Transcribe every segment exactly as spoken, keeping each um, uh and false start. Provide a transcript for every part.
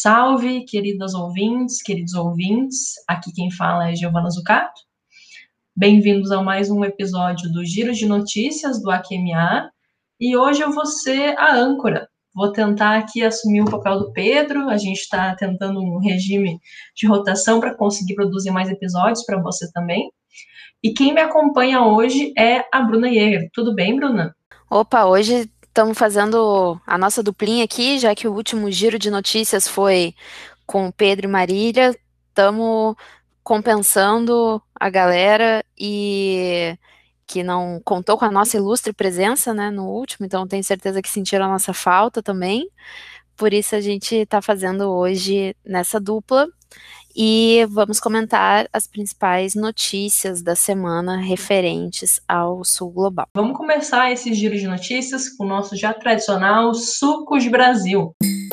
Salve, queridas ouvintes, queridos ouvintes, aqui quem fala é Giovana Zucato. Bem-vindos a mais um episódio do Giro de Notícias do A Q M A, e hoje eu vou ser a âncora. Vou tentar aqui assumir o papel do Pedro, a gente está tentando um regime de rotação para conseguir produzir mais episódios para você também. E quem me acompanha hoje é a Bruna Jäger. Tudo bem, Bruna? Opa, hoje estamos fazendo a nossa duplinha aqui, já que o último giro de notícias foi com Pedro e Marília. Estamos compensando a galera e que não contou com a nossa ilustre presença, né, no último, então tenho certeza que sentiram a nossa falta também. Por isso a gente está fazendo hoje nessa dupla. E vamos comentar as principais notícias da semana referentes ao Sul Global. Vamos começar esse giro de notícias com o nosso já tradicional Suco de Brasil.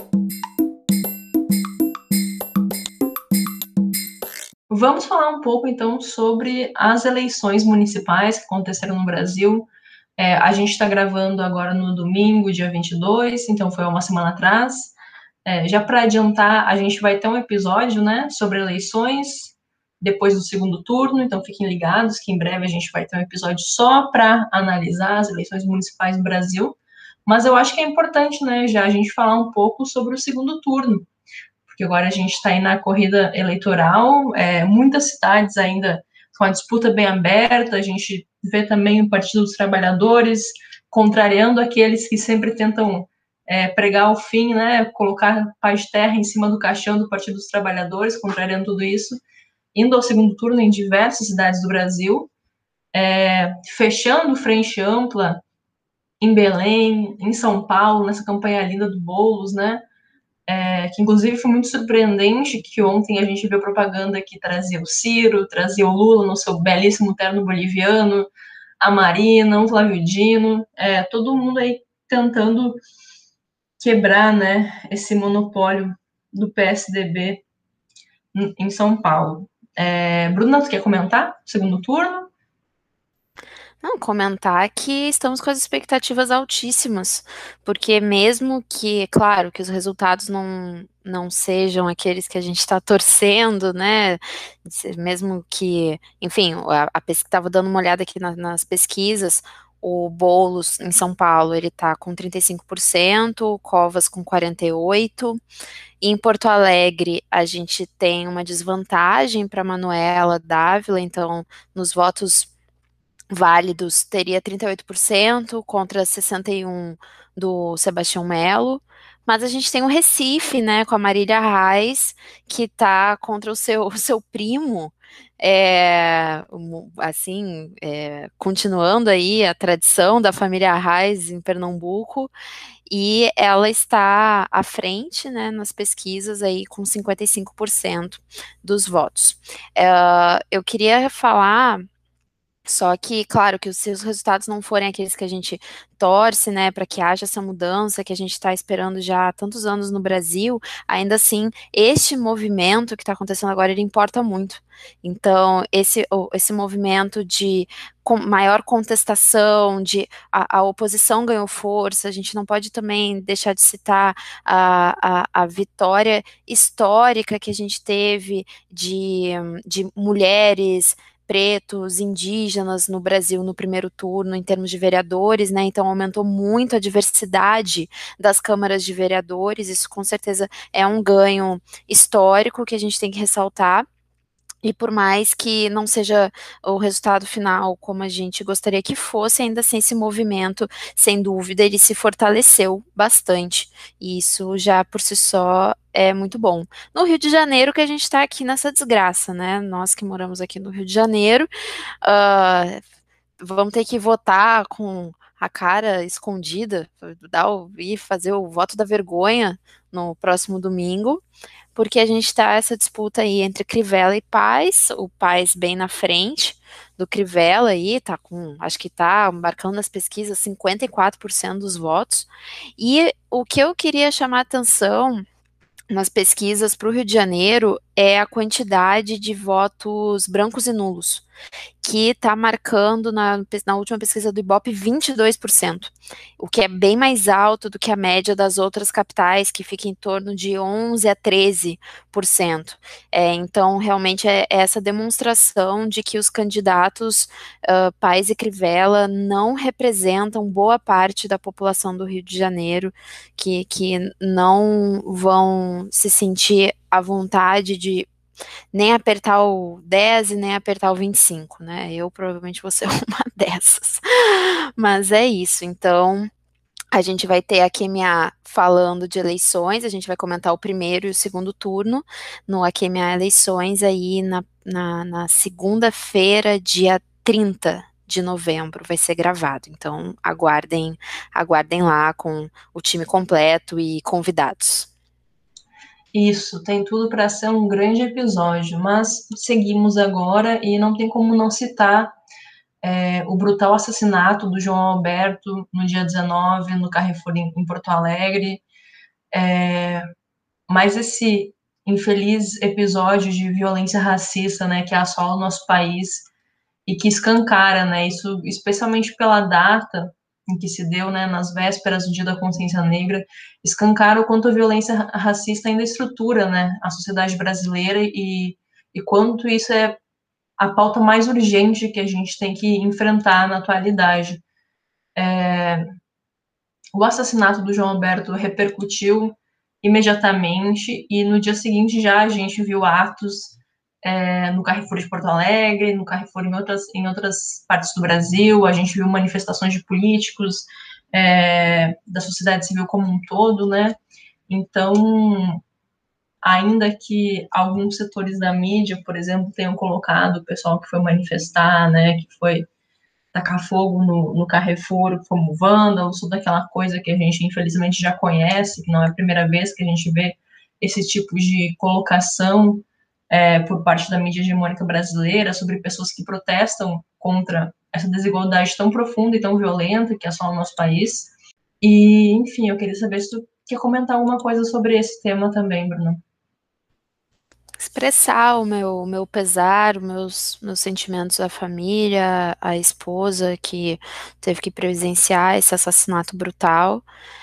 Vamos falar um pouco, então, sobre as eleições municipais que aconteceram no Brasil. É, a gente está gravando agora no domingo, dia vinte e dois, então foi uma semana atrás. É, já para adiantar, a gente vai ter um episódio, né, sobre eleições depois do segundo turno, então fiquem ligados que em breve a gente vai ter um episódio só para analisar as eleições municipais no Brasil. Mas eu acho que é importante, né, já a gente falar um pouco sobre o segundo turno, porque agora a gente está aí na corrida eleitoral, é, muitas cidades ainda com a disputa bem aberta, a gente vê também o Partido dos Trabalhadores contrariando aqueles que sempre tentam é, pregar o fim, né, colocar paz de terra em cima do caixão do Partido dos Trabalhadores, contrariando tudo isso, indo ao segundo turno em diversas cidades do Brasil, é, fechando frente ampla em Belém, em São Paulo, nessa campanha linda do Boulos, né, é, que inclusive foi muito surpreendente que ontem a gente viu propaganda que trazia o Ciro, trazia o Lula no seu belíssimo terno boliviano, a Marina, o Flávio Dino, é, todo mundo aí tentando quebrar, né, esse monopólio do P S D B em São Paulo. É, Bruna, você quer comentar o segundo turno? Não, comentar que estamos com as expectativas altíssimas, porque mesmo que, claro, que os resultados não, não sejam aqueles que a gente está torcendo, né, mesmo que, enfim, a, a estava dando uma olhada aqui na, nas pesquisas, o Boulos em São Paulo, ele está com trinta e cinco por cento, o Covas com quarenta e oito por cento, e em Porto Alegre a gente tem uma desvantagem para Manuela Dávila, então nos votos válidos teria trinta e oito por cento contra sessenta e um por cento do Sebastião Melo, mas a gente tem o Recife, né, com a Marília Reis, que tá contra o seu, o seu primo, é, assim, é, continuando aí a tradição da família Reis em Pernambuco, e ela está à frente, né, nas pesquisas aí com cinquenta e cinco por cento dos votos. É, eu queria falar só que, claro, que se os resultados não forem aqueles que a gente torce, né, para que haja essa mudança que a gente está esperando já há tantos anos no Brasil, ainda assim, este movimento que está acontecendo agora, ele importa muito. Então, esse, esse movimento de com, maior contestação, de a, a oposição ganhou força, a gente não pode também deixar de citar a, a, a vitória histórica que a gente teve de, de mulheres pretos, indígenas no Brasil no primeiro turno em termos de vereadores, né? Então aumentou muito a diversidade das câmaras de vereadores. Isso com certeza é um ganho histórico que a gente tem que ressaltar. E por mais que não seja o resultado final como a gente gostaria que fosse, ainda assim esse movimento, sem dúvida, ele se fortaleceu bastante. E isso já por si só é muito bom. No Rio de Janeiro que a gente está aqui nessa desgraça, né? Nós que moramos aqui no Rio de Janeiro, uh, vamos ter que votar com a cara escondida, dar o, ir fazer o voto da vergonha no próximo domingo, porque a gente está essa disputa aí entre Crivella e Paes, o Paes bem na frente do Crivella aí, tá com, acho que tá marcando nas pesquisas cinquenta e quatro por cento dos votos, e o que eu queria chamar a atenção nas pesquisas para o Rio de Janeiro é a quantidade de votos brancos e nulos, que está marcando na, na última pesquisa do Ibope vinte e dois por cento, o que é bem mais alto do que a média das outras capitais, que fica em torno de onze a treze por cento. É, então, realmente é essa demonstração de que os candidatos uh, Paes e Crivella não representam boa parte da população do Rio de Janeiro, que, que não vão se sentir à vontade de nem apertar o dez e nem apertar o vinte e cinco, né? Eu provavelmente vou ser uma dessas. Mas é isso, então a gente vai ter a Q M A falando de eleições, a gente vai comentar o primeiro e o segundo turno no A Q M A Eleições aí na, na, na segunda-feira, dia trinta de novembro, vai ser gravado. Então aguardem, aguardem lá com o time completo e convidados. Isso, tem tudo para ser um grande episódio, mas seguimos agora e não tem como não citar é, o brutal assassinato do João Alberto no dia dezenove, no Carrefour em, em Porto Alegre. É, mas esse infeliz episódio de violência racista, né, que assola o nosso país e que escancara, né, isso especialmente pela data em que se deu, né, nas vésperas do Dia da Consciência Negra, escancara o quanto a violência racista ainda estrutura, né, a sociedade brasileira e, e quanto isso é a pauta mais urgente que a gente tem que enfrentar na atualidade. É, o assassinato do João Alberto repercutiu imediatamente e no dia seguinte já a gente viu atos é, no Carrefour de Porto Alegre, no Carrefour em outras, em outras partes do Brasil, a gente viu manifestações de políticos, é, da sociedade civil como um todo, né? Então, ainda que alguns setores da mídia, por exemplo, tenham colocado o pessoal que foi manifestar, né, que foi tacar fogo no, no Carrefour como vândalos, toda aquela coisa que a gente infelizmente já conhece, que não é a primeira vez que a gente vê esse tipo de colocação é, por parte da mídia hegemônica brasileira sobre pessoas que protestam contra essa desigualdade tão profunda e tão violenta que assola o nosso país. E, enfim, eu queria saber se tu quer comentar alguma coisa sobre esse tema também, Bruno. Expressar o meu, o meu pesar, os meus, meus sentimentos à família, à esposa que teve que presenciar esse assassinato brutal.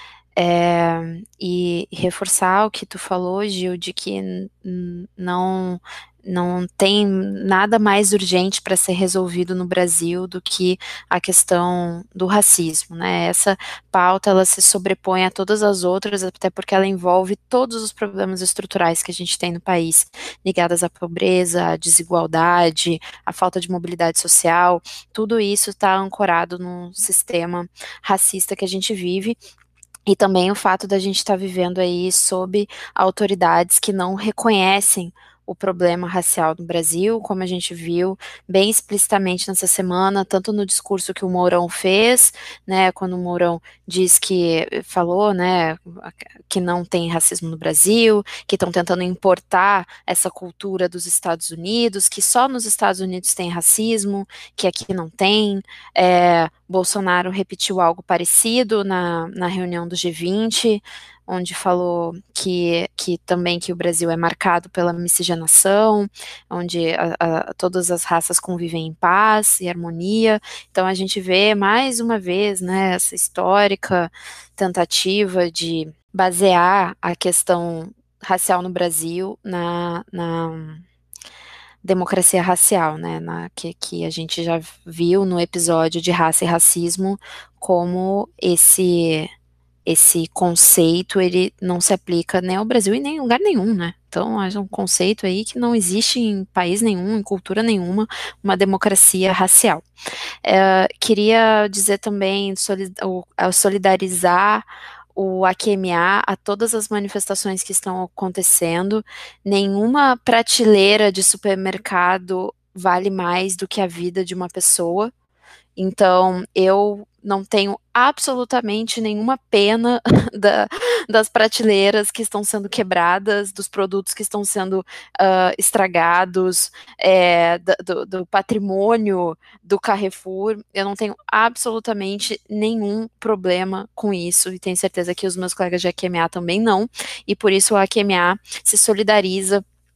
É, e reforçar o que tu falou, Gil, de que não, não tem nada mais urgente para ser resolvido no Brasil do que a questão do racismo, né? Essa pauta, ela se sobrepõe a todas as outras, até porque ela envolve todos os problemas estruturais que a gente tem no país, ligadas à pobreza, à desigualdade, à falta de mobilidade social, tudo isso está ancorado num sistema racista que a gente vive. E também o fato da gente estar tá vivendo aí sob autoridades que não reconhecem o problema racial no Brasil, como a gente viu bem explicitamente nessa semana, tanto no discurso que o Mourão fez, né, quando o Mourão diz que, falou, né, que não tem racismo no Brasil, que estão tentando importar essa cultura dos Estados Unidos, que só nos Estados Unidos tem racismo, que aqui não tem. É, Bolsonaro repetiu algo parecido na, na reunião do G vinte, onde falou que, que também que o Brasil é marcado pela miscigenação, onde a, a, todas as raças convivem em paz e harmonia. Então a gente vê mais uma vez, né, essa histórica tentativa de basear a questão racial no Brasil na, na democracia racial, né, na, que, que a gente já viu no episódio de raça e racismo, como esse esse conceito, ele não se aplica nem ao Brasil e nem em lugar nenhum, né? Então, é um conceito aí que não existe em país nenhum, em cultura nenhuma, uma democracia racial. É, queria dizer também, solidarizar o A Q M A a todas as manifestações que estão acontecendo. Nenhuma prateleira de supermercado vale mais do que a vida de uma pessoa. Então, eu não tenho absolutamente nenhuma pena da, das prateleiras que estão sendo quebradas, dos produtos que estão sendo uh, estragados, é, do, do patrimônio do Carrefour. Eu não tenho absolutamente nenhum problema com isso, e tenho certeza que os meus colegas de A Q M A também não, e por isso o A Q M A se solidariza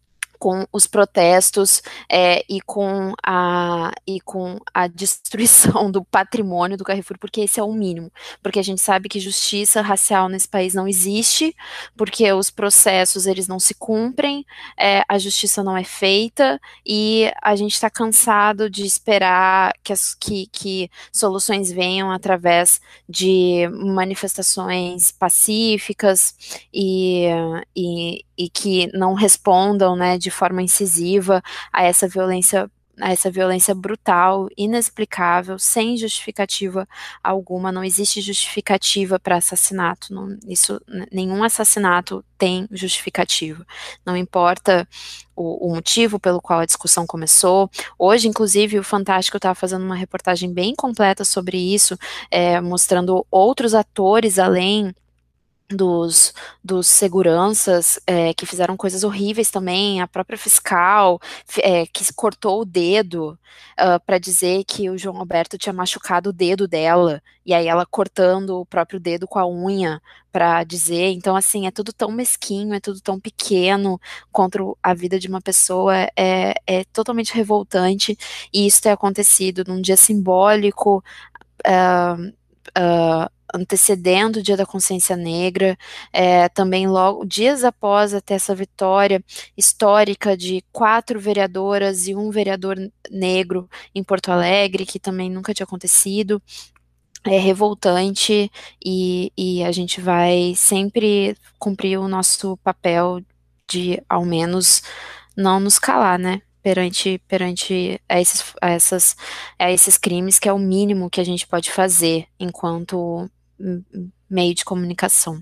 com os protestos é, e, com a, e com a destruição do patrimônio do Carrefour, porque esse é o mínimo, porque a gente sabe que justiça racial nesse país não existe, porque os processos eles não se cumprem, é, a justiça não é feita, e a gente está cansado de esperar que, as, que, que soluções venham através de manifestações pacíficas e, e, e que não respondam, né, de forma incisiva a essa violência, a essa violência brutal, inexplicável, sem justificativa alguma. Não existe justificativa para assassinato. Não, isso, nenhum assassinato tem justificativa. Não importa o, o motivo pelo qual a discussão começou. Hoje, inclusive, o Fantástico estava fazendo uma reportagem bem completa sobre isso, é, mostrando outros atores além dos, dos seguranças é, que fizeram coisas horríveis também, a própria fiscal é, que cortou o dedo uh, para dizer que o João Alberto tinha machucado o dedo dela, e aí ela cortando o próprio dedo com a unha para dizer. Então, assim, é tudo tão mesquinho, é tudo tão pequeno contra a vida de uma pessoa, é, é totalmente revoltante, e isso tem acontecido num dia simbólico, uh, uh, antecedendo o Dia da Consciência Negra, é, também logo, dias após até essa vitória histórica de quatro vereadoras e um vereador negro em Porto Alegre, que também nunca tinha acontecido. É revoltante, e, e a gente vai sempre cumprir o nosso papel de, ao menos, não nos calar, né? Perante, perante a esses, a essas, a esses crimes, que é o mínimo que a gente pode fazer enquanto meio de comunicação.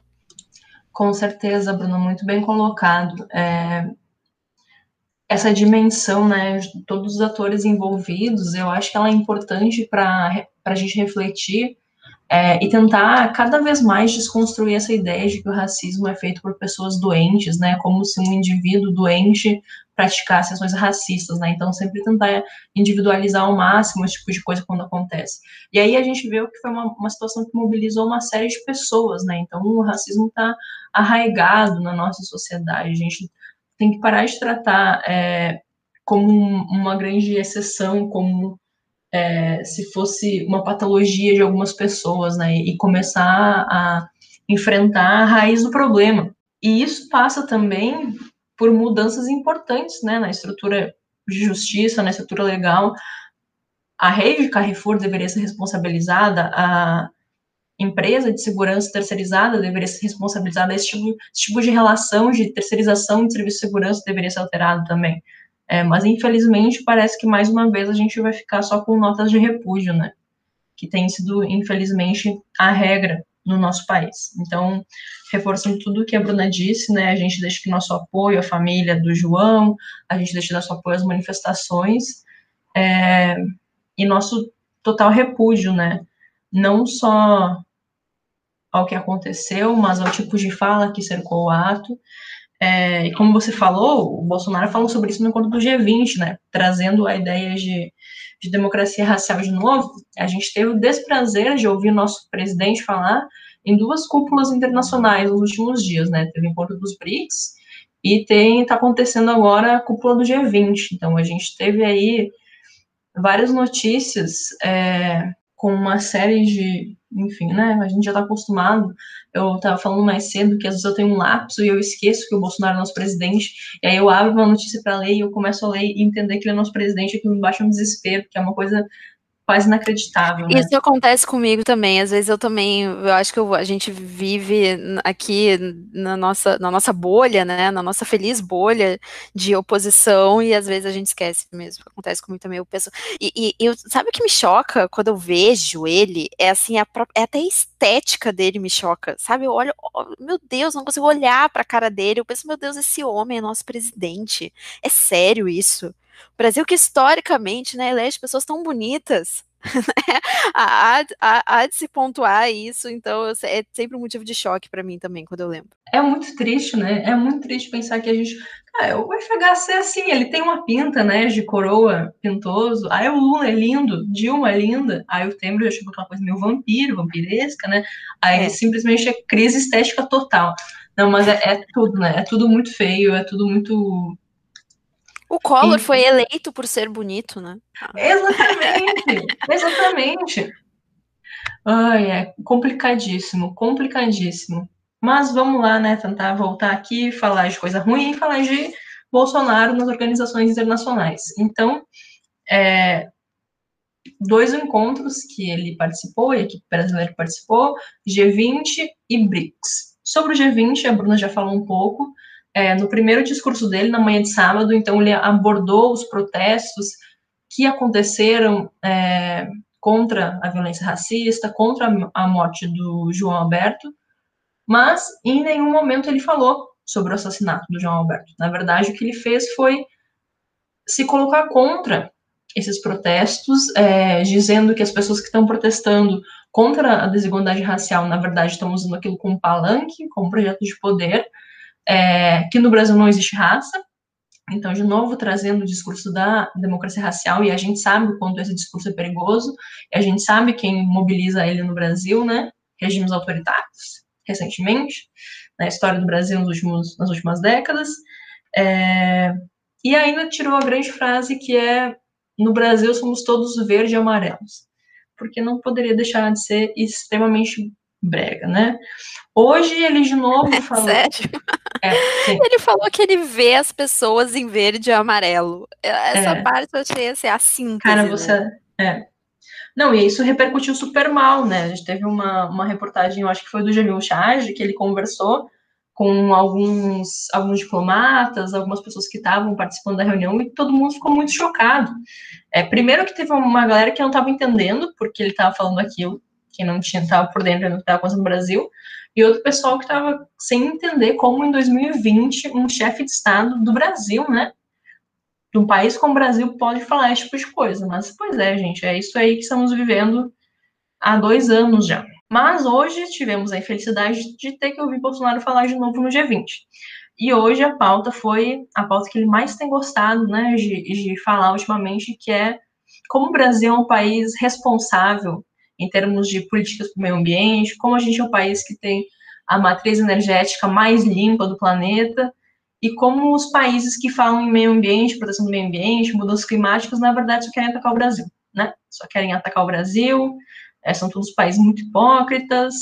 Com certeza, Bruno, muito bem colocado. É, essa dimensão, né, de todos os atores envolvidos, eu acho que ela é importante para a gente refletir é, e tentar cada vez mais desconstruir essa ideia de que o racismo é feito por pessoas doentes, né, como se um indivíduo doente praticasse ações racistas, né, então sempre tentar individualizar ao máximo esse tipo de coisa quando acontece. E aí a gente vê que foi uma, uma situação que mobilizou uma série de pessoas, né, então o racismo está arraigado na nossa sociedade, a gente tem que parar de tratar é, como uma grande exceção, como é, se fosse uma patologia de algumas pessoas, né, e começar a enfrentar a raiz do problema. E isso passa também por mudanças importantes, né, na estrutura de justiça, na estrutura legal. A rede Carrefour deveria ser responsabilizada, a empresa de segurança terceirizada deveria ser responsabilizada, esse tipo, esse tipo de relação de terceirização de serviço de segurança deveria ser alterado também. É, mas, infelizmente, parece que, mais uma vez, a gente vai ficar só com notas de repúdio, né? Que tem sido, infelizmente, a regra no nosso país. Então, reforçando tudo o que a Bruna disse, né? A gente deixa aqui nosso apoio à família do João, a gente deixa nosso apoio às manifestações, é, e nosso total repúdio, né? Não só ao que aconteceu, mas ao tipo de fala que cercou o ato. É, e como você falou, o Bolsonaro falou sobre isso no encontro do G vinte, né, trazendo a ideia de, de democracia racial de novo. A gente teve o desprazer de ouvir nosso presidente falar em duas cúpulas internacionais nos últimos dias, né, teve o encontro dos BRICS e tem, tá acontecendo agora a cúpula do G vinte. Então a gente teve aí várias notícias é, com uma série de, enfim, né, a gente já está acostumado. Eu estava falando mais cedo que às vezes eu tenho um lapso e eu esqueço que o Bolsonaro é nosso presidente, e aí eu abro uma notícia para ler e eu começo a ler e entender que ele é nosso presidente, e aquilo me baixa um desespero, que é uma coisa quase inacreditável, né? Isso acontece comigo também, às vezes eu também, eu acho que eu, a gente vive aqui na nossa, na nossa bolha, né, na nossa feliz bolha de oposição, e às vezes a gente esquece mesmo, acontece comigo também, eu penso, e, e eu, sabe o que me choca quando eu vejo ele, é assim, a própria, é até a estética dele me choca, sabe, eu olho, oh, meu Deus, não consigo olhar pra cara dele, eu penso, meu Deus, esse homem é nosso presidente, é sério isso? O Brasil que historicamente, né, elege pessoas tão bonitas, há, há, há de se pontuar isso, então é sempre um motivo de choque para mim também, quando eu lembro. É muito triste, né? É muito triste pensar que a gente... Ah, o F H C é assim, ele tem uma pinta, né, de coroa pintoso, aí o Lula é lindo, Dilma é linda, aí o Temer já chegou aquela coisa meio vampiro, vampiresca, né? Aí é. simplesmente é crise estética total. Não, mas é, é tudo, né? É tudo muito feio, é tudo muito O Collor E, foi eleito por ser bonito, né? exatamente, exatamente. Ai, é complicadíssimo, complicadíssimo. Mas vamos lá, né? Tentar voltar aqui, falar de coisa ruim e falar de Bolsonaro nas organizações internacionais. Então, é, dois encontros que ele participou, e a equipe brasileira participou, G vinte e BRICS. Sobre o G vinte, a Bruna já falou um pouco, é, no primeiro discurso dele, na manhã de sábado, então ele abordou os protestos que aconteceram é, contra a violência racista, contra a morte do João Alberto, mas em nenhum momento ele falou sobre o assassinato do João Alberto. Na verdade, o que ele fez foi se colocar contra esses protestos, é, dizendo que as pessoas que estão protestando contra a desigualdade racial, na verdade, estão usando aquilo como palanque, como projeto de poder, é, que no Brasil não existe raça. Então, de novo, trazendo o discurso da democracia racial, e a gente sabe o quanto esse discurso é perigoso, e a gente sabe quem mobiliza ele no Brasil, né? Regimes autoritários, recentemente, na história do Brasil nos últimos, nas últimas décadas. É, e ainda tirou a grande frase que é: no Brasil somos todos verde e amarelos, porque não poderia deixar de ser extremamente brega, né? Hoje ele de novo falou. Sério? É, sim. Ele falou que ele vê as pessoas em verde e amarelo. Essa É, parte eu achei assim, a cara, síntese, né? você. É. Não, e isso repercutiu super mal, né? A gente teve uma, uma reportagem, eu acho que foi do Jamil Chad, que ele conversou com alguns, alguns diplomatas, algumas pessoas que estavam participando da reunião, e todo mundo ficou muito chocado. É, primeiro que teve uma galera que não estava entendendo porque ele estava falando aquilo, que não tinha, estava por dentro do que estava acontecendo no Brasil, e outro pessoal que estava sem entender como em dois mil e vinte um chefe de Estado do Brasil, né, de um país como o Brasil, pode falar esse tipo de coisa. Mas, pois é, gente, é isso aí que estamos vivendo há dois anos já. Mas hoje tivemos a infelicidade de ter que ouvir Bolsonaro falar de novo no G vinte. E hoje a pauta foi a pauta que ele mais tem gostado, né, de, de falar ultimamente, que é como o Brasil é um país responsável em termos de políticas para o meio ambiente, como a gente é um país que tem a matriz energética mais limpa do planeta, e como os países que falam em meio ambiente, proteção do meio ambiente, mudanças climáticas, na verdade só querem atacar o Brasil, né? Só querem atacar o Brasil, é, são todos países muito hipócritas,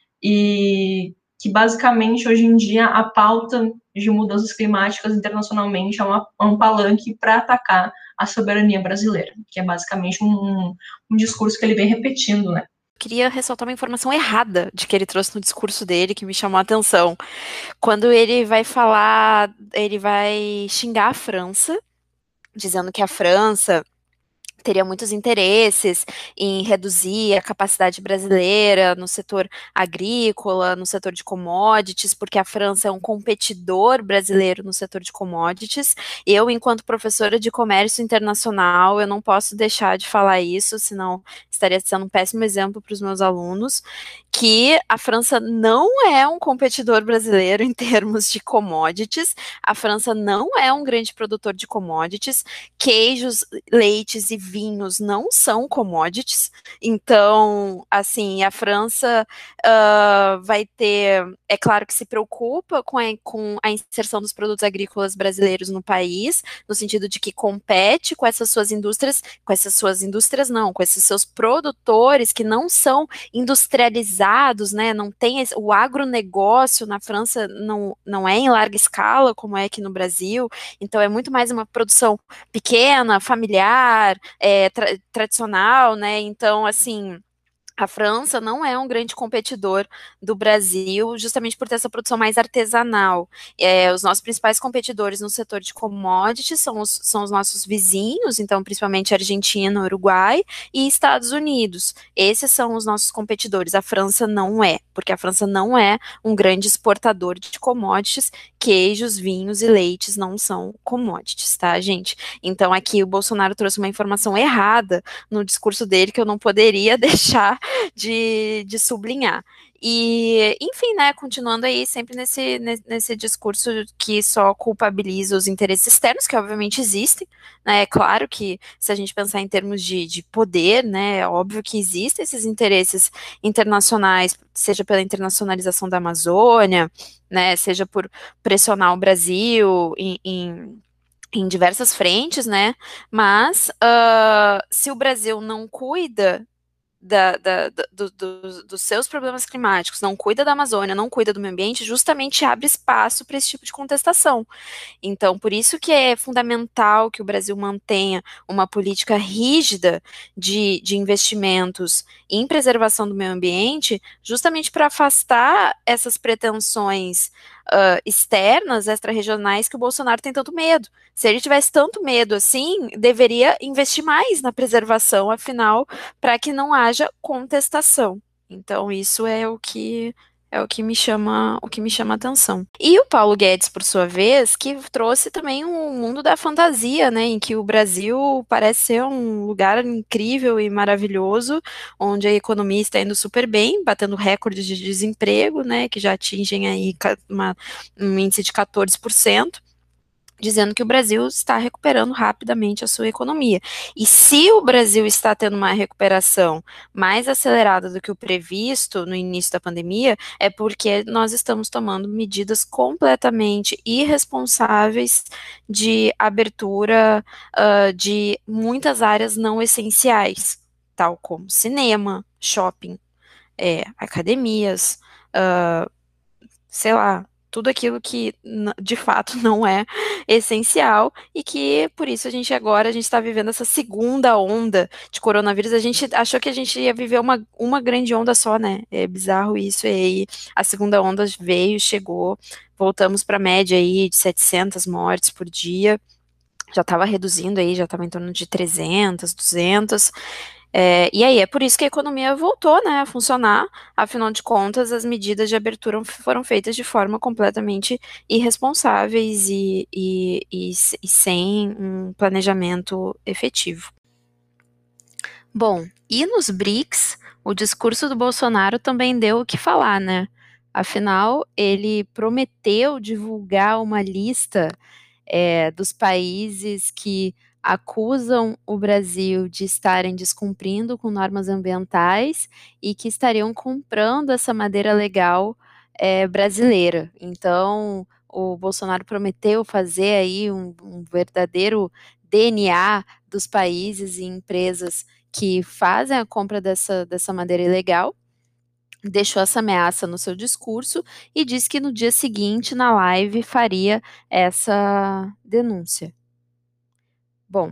e que basicamente hoje em dia a pauta de mudanças climáticas internacionalmente é, uma, é um palanque para atacar a soberania brasileira, que é basicamente um, um discurso que ele vem repetindo, né? Queria ressaltar uma informação errada de que ele trouxe no discurso dele, que me chamou a atenção. Quando ele vai falar, ele vai xingar a França, dizendo que a França teria muitos interesses em reduzir a capacidade brasileira no setor agrícola, no setor de commodities, porque a França é um competidor brasileiro no setor de commodities. Eu, enquanto professora de comércio internacional, eu não posso deixar de falar isso, senão estaria sendo um péssimo exemplo para os meus alunos, que a França não é um competidor brasileiro em termos de commodities, a França não é um grande produtor de commodities, queijos, leites e vinhos não são commodities, então, assim, a França uh, vai ter, é claro que se preocupa com a, com a inserção dos produtos agrícolas brasileiros no país, no sentido de que compete com essas suas indústrias, com essas suas indústrias não, com esses seus produtores que não são industrializados, né, não tem esse, o agronegócio na França não, não é em larga escala, como é aqui no Brasil, então é muito mais uma produção pequena, familiar, é, tra tradicional, né? Então, assim, a França não é um grande competidor do Brasil, justamente por ter essa produção mais artesanal. É, os nossos principais competidores no setor de commodities são os, são os nossos vizinhos, então principalmente Argentina, Uruguai e Estados Unidos. Esses são os nossos competidores. A França não é, porque a França não é um grande exportador de commodities. Queijos, vinhos e leites não são commodities, tá, gente? Então aqui o Bolsonaro trouxe uma informação errada no discurso dele que eu não poderia deixar de, de sublinhar. E, enfim, né, continuando aí sempre nesse, nesse discurso que só culpabiliza os interesses externos, que obviamente existem, né, é claro que se a gente pensar em termos de, de poder, né, é óbvio que existem esses interesses internacionais, seja pela internacionalização da Amazônia, né, seja por pressionar o Brasil em, em em diversas frentes, né? Mas uh, se o Brasil não cuida da, da, da, do, do, dos seus problemas climáticos, não cuida da Amazônia, não cuida do meio ambiente, justamente abre espaço para esse tipo de contestação. Então, por isso que é fundamental que o Brasil mantenha uma política rígida de, de investimentos em preservação do meio ambiente, justamente para afastar essas pretensões uh, externas, extra-regionais, que o Bolsonaro tem tanto medo. Se ele tivesse tanto medo assim, deveria investir mais na preservação, afinal, para que não haja contestação. Então, isso é o que é o que me chama, o que me chama a atenção. E o Paulo Guedes, por sua vez, que trouxe também um mundo da fantasia, né, em que o Brasil parece ser um lugar incrível e maravilhoso, onde a economia está indo super bem, batendo recordes de desemprego, né, que já atingem aí uma, um índice de quatorze por cento, dizendo que o Brasil está recuperando rapidamente a sua economia. E se o Brasil está tendo uma recuperação mais acelerada do que o previsto no início da pandemia, é porque nós estamos tomando medidas completamente irresponsáveis de abertura uh, de muitas áreas não essenciais, tal como cinema, shopping, é, academias, uh, sei lá, tudo aquilo que de fato não é essencial e que por isso a gente agora a gente está vivendo essa segunda onda de coronavírus. A gente achou que a gente ia viver uma, uma grande onda só, né? É bizarro isso. E aí a segunda onda veio, chegou, voltamos para a média aí de setecentas mortes por dia. Já estava reduzindo aí, já estava em torno de trezentas, duzentas. É, e aí é por isso que a economia voltou, né, a funcionar. Afinal de contas, as medidas de abertura foram feitas de forma completamente irresponsáveis e, e, e, e sem um planejamento efetivo. Bom, e nos BRICS, o discurso do Bolsonaro também deu o que falar, né? Afinal, ele prometeu divulgar uma lista é, dos países que acusam o Brasil de estarem descumprindo com normas ambientais e que estariam comprando essa madeira legal é, brasileira. Então, o Bolsonaro prometeu fazer aí um, um verdadeiro D N A dos países e empresas que fazem a compra dessa, dessa madeira ilegal, deixou essa ameaça no seu discurso e disse que no dia seguinte, na live, faria essa denúncia. Bom,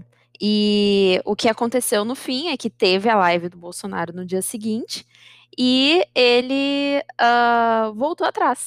e o que aconteceu no fim é que teve a live do Bolsonaro no dia seguinte e ele uh, voltou atrás.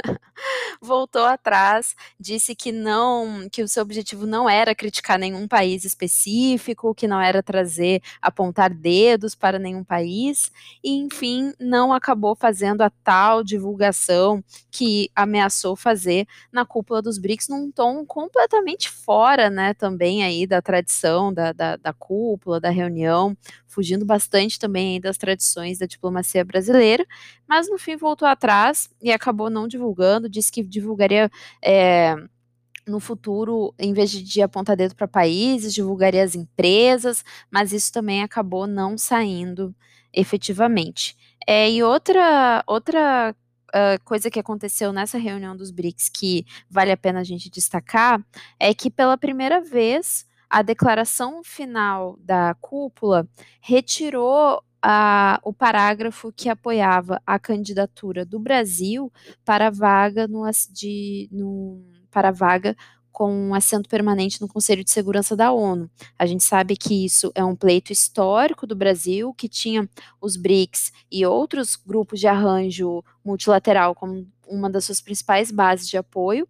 Voltou atrás, disse que não, que o seu objetivo não era criticar nenhum país específico, que não era trazer, apontar dedos para nenhum país, e enfim, não acabou fazendo a tal divulgação que ameaçou fazer na cúpula dos BRICS, num tom completamente fora, né, também aí da tradição da, da, da cúpula, da reunião, fugindo bastante também aí das tradições da diplomacia brasileira, mas no fim voltou atrás e acabou não divulgando, disse que divulgaria é, no futuro, em vez de apontar dedo para países, divulgaria as empresas, mas isso também acabou não saindo efetivamente. É, e outra, outra uh, coisa que aconteceu nessa reunião dos BRICS que vale a pena a gente destacar é que pela primeira vez a declaração final da cúpula retirou a, o parágrafo que apoiava a candidatura do Brasil para a vaga no, de, no, para a vaga com um assento permanente no Conselho de Segurança da ONU. A gente sabe que isso é um pleito histórico do Brasil, que tinha os BRICS e outros grupos de arranjo multilateral como uma das suas principais bases de apoio,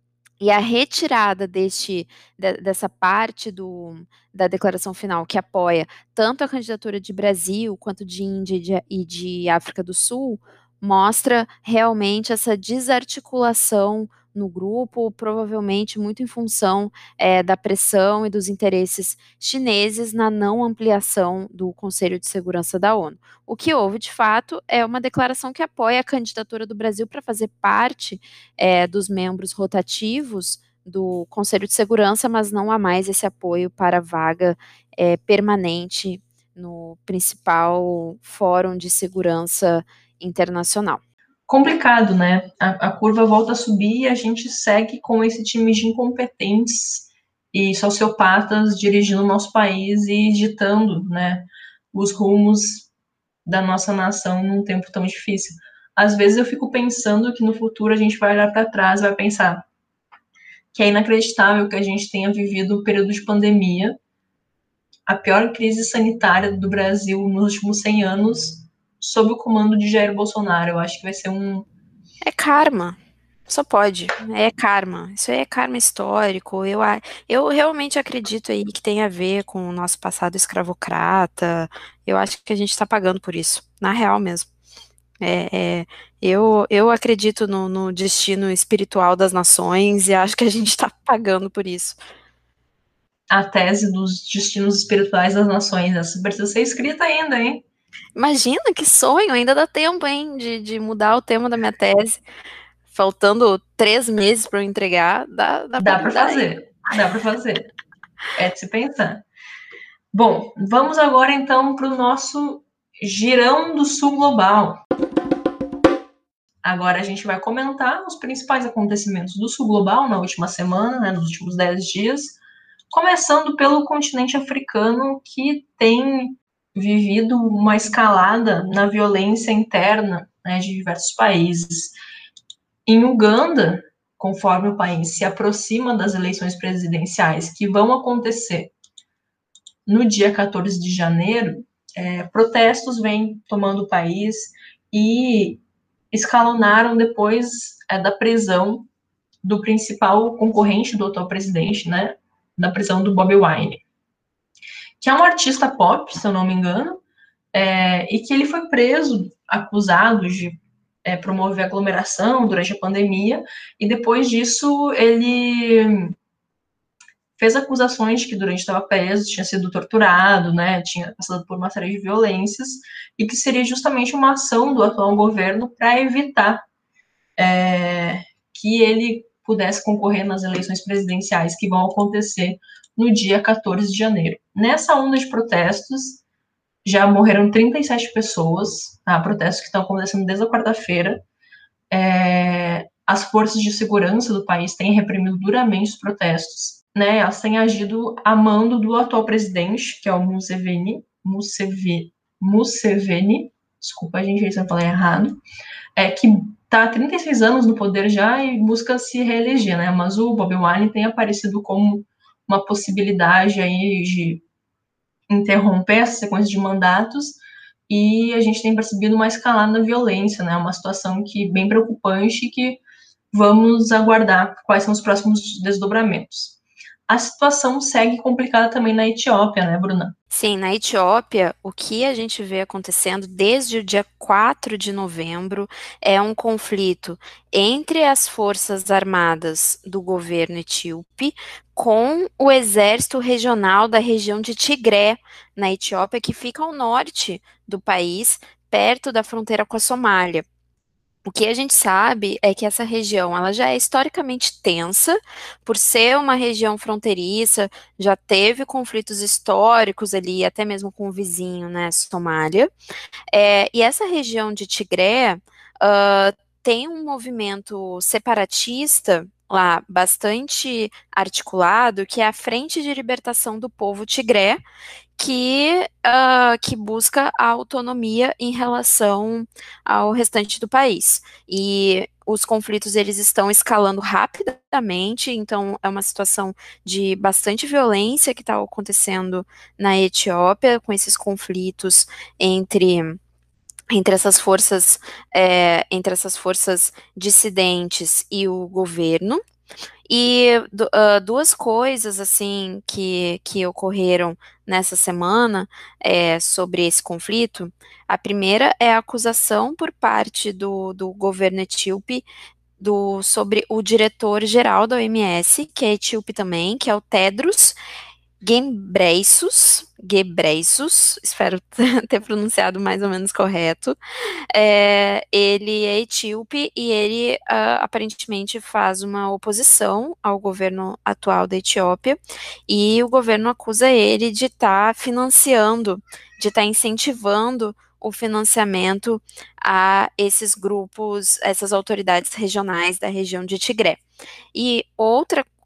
e a retirada deste, de, dessa parte do, da declaração final que apoia tanto a candidatura de Brasil quanto de Índia e de, e de África do Sul mostra realmente essa desarticulação no grupo, provavelmente muito em função é, da pressão e dos interesses chineses na não ampliação do Conselho de Segurança da ONU. O que houve, de fato, é uma declaração que apoia a candidatura do Brasil para fazer parte é, dos membros rotativos do Conselho de Segurança, mas não há mais esse apoio para a vaga é, permanente no principal fórum de segurança internacional. Complicado, né? A, a curva volta a subir e a gente segue com esse time de incompetentes e sociopatas dirigindo o nosso país e ditando, né, os rumos da nossa nação num tempo tão difícil. Às vezes eu fico pensando que no futuro a gente vai olhar para trás e vai pensar que é inacreditável que a gente tenha vivido um período de pandemia, a pior crise sanitária do Brasil nos últimos cem anos, sob o comando de Jair Bolsonaro. Eu acho que vai ser um... É karma. Só pode. É karma. Isso aí é karma histórico. Eu, eu realmente acredito aí que tem a ver com o nosso passado escravocrata. Eu acho que a gente está pagando por isso. Na real mesmo. É, é, eu, eu acredito no, no destino espiritual das nações e acho que a gente está pagando por isso. A tese dos destinos espirituais das nações. Essa precisa ser escrita ainda, hein? Imagina que sonho, ainda dá tempo, hein, de, de mudar o tema da minha tese. Faltando três meses para eu entregar, dá, dá para Dá para mudar ainda. fazer, dá para fazer. É de se pensar. Bom, vamos agora então para o nosso girão do sul global. Agora a gente vai comentar os principais acontecimentos do sul global na última semana, né, nos últimos dez dias, começando pelo continente africano, que tem vivido uma escalada na violência interna, né, de diversos países. Em Uganda, conforme o país se aproxima das eleições presidenciais que vão acontecer no dia quatorze de janeiro, é, protestos vêm tomando o país e escalonaram depois é, da prisão do principal concorrente do atual presidente, né, da prisão do Bobi Wine, que é um artista pop, se eu não me engano, é, e que ele foi preso, acusado de é, promover aglomeração durante a pandemia, e depois disso ele fez acusações de que durante estava preso tinha sido torturado, né, tinha passado por uma série de violências, e que seria justamente uma ação do atual governo para evitar é, que ele pudesse concorrer nas eleições presidenciais que vão acontecer no dia quatorze de janeiro. Nessa onda de protestos, já morreram trinta e sete pessoas, tá? Protestos que estão acontecendo desde a quarta-feira. É, as forças de segurança do país têm reprimido duramente os protestos, né? Elas têm agido a mando do atual presidente, que é o Museveni, Museveni, Museveni desculpa, gente, se eu falar errado, é, que está há trinta e seis anos no poder já e busca se reeleger, né? Mas o Bobi Wine tem aparecido como uma possibilidade aí de interromper essa sequência de mandatos, e a gente tem percebido uma escalada na violência, né? Uma situação que bem preocupante e que vamos aguardar quais são os próximos desdobramentos. A situação segue complicada também na Etiópia, né, Bruna? Sim, na Etiópia, o que a gente vê acontecendo desde o dia quatro de novembro é um conflito entre as forças armadas do governo etíope com o exército regional da região de Tigré, na Etiópia, que fica ao norte do país, perto da fronteira com a Somália. O que a gente sabe é que essa região ela já é historicamente tensa, por ser uma região fronteiriça, já teve conflitos históricos ali, até mesmo com o vizinho, né, Somália. É, e essa região de Tigré uh, tem um movimento separatista lá bastante articulado, que é a Frente de Libertação do Povo Tigré, que, uh, que busca a autonomia em relação ao restante do país. E os conflitos eles estão escalando rapidamente, então é uma situação de bastante violência que está acontecendo na Etiópia, com esses conflitos entre entre essas forças é, entre essas forças dissidentes e o governo. E uh, duas coisas assim que, que ocorreram nessa semana é, sobre esse conflito. A primeira é a acusação por parte do, do governo etíope do, sobre o diretor-geral da O M S, que é etíope também, que é o Tedros Ghebreyesus, Ghebreyesus, espero ter pronunciado mais ou menos correto. É, ele é etíope e ele uh, aparentemente faz uma oposição ao governo atual da Etiópia, e o governo acusa ele de estar tá financiando, de estar tá incentivando o financiamento a esses grupos, essas autoridades regionais da região de Tigré. E outra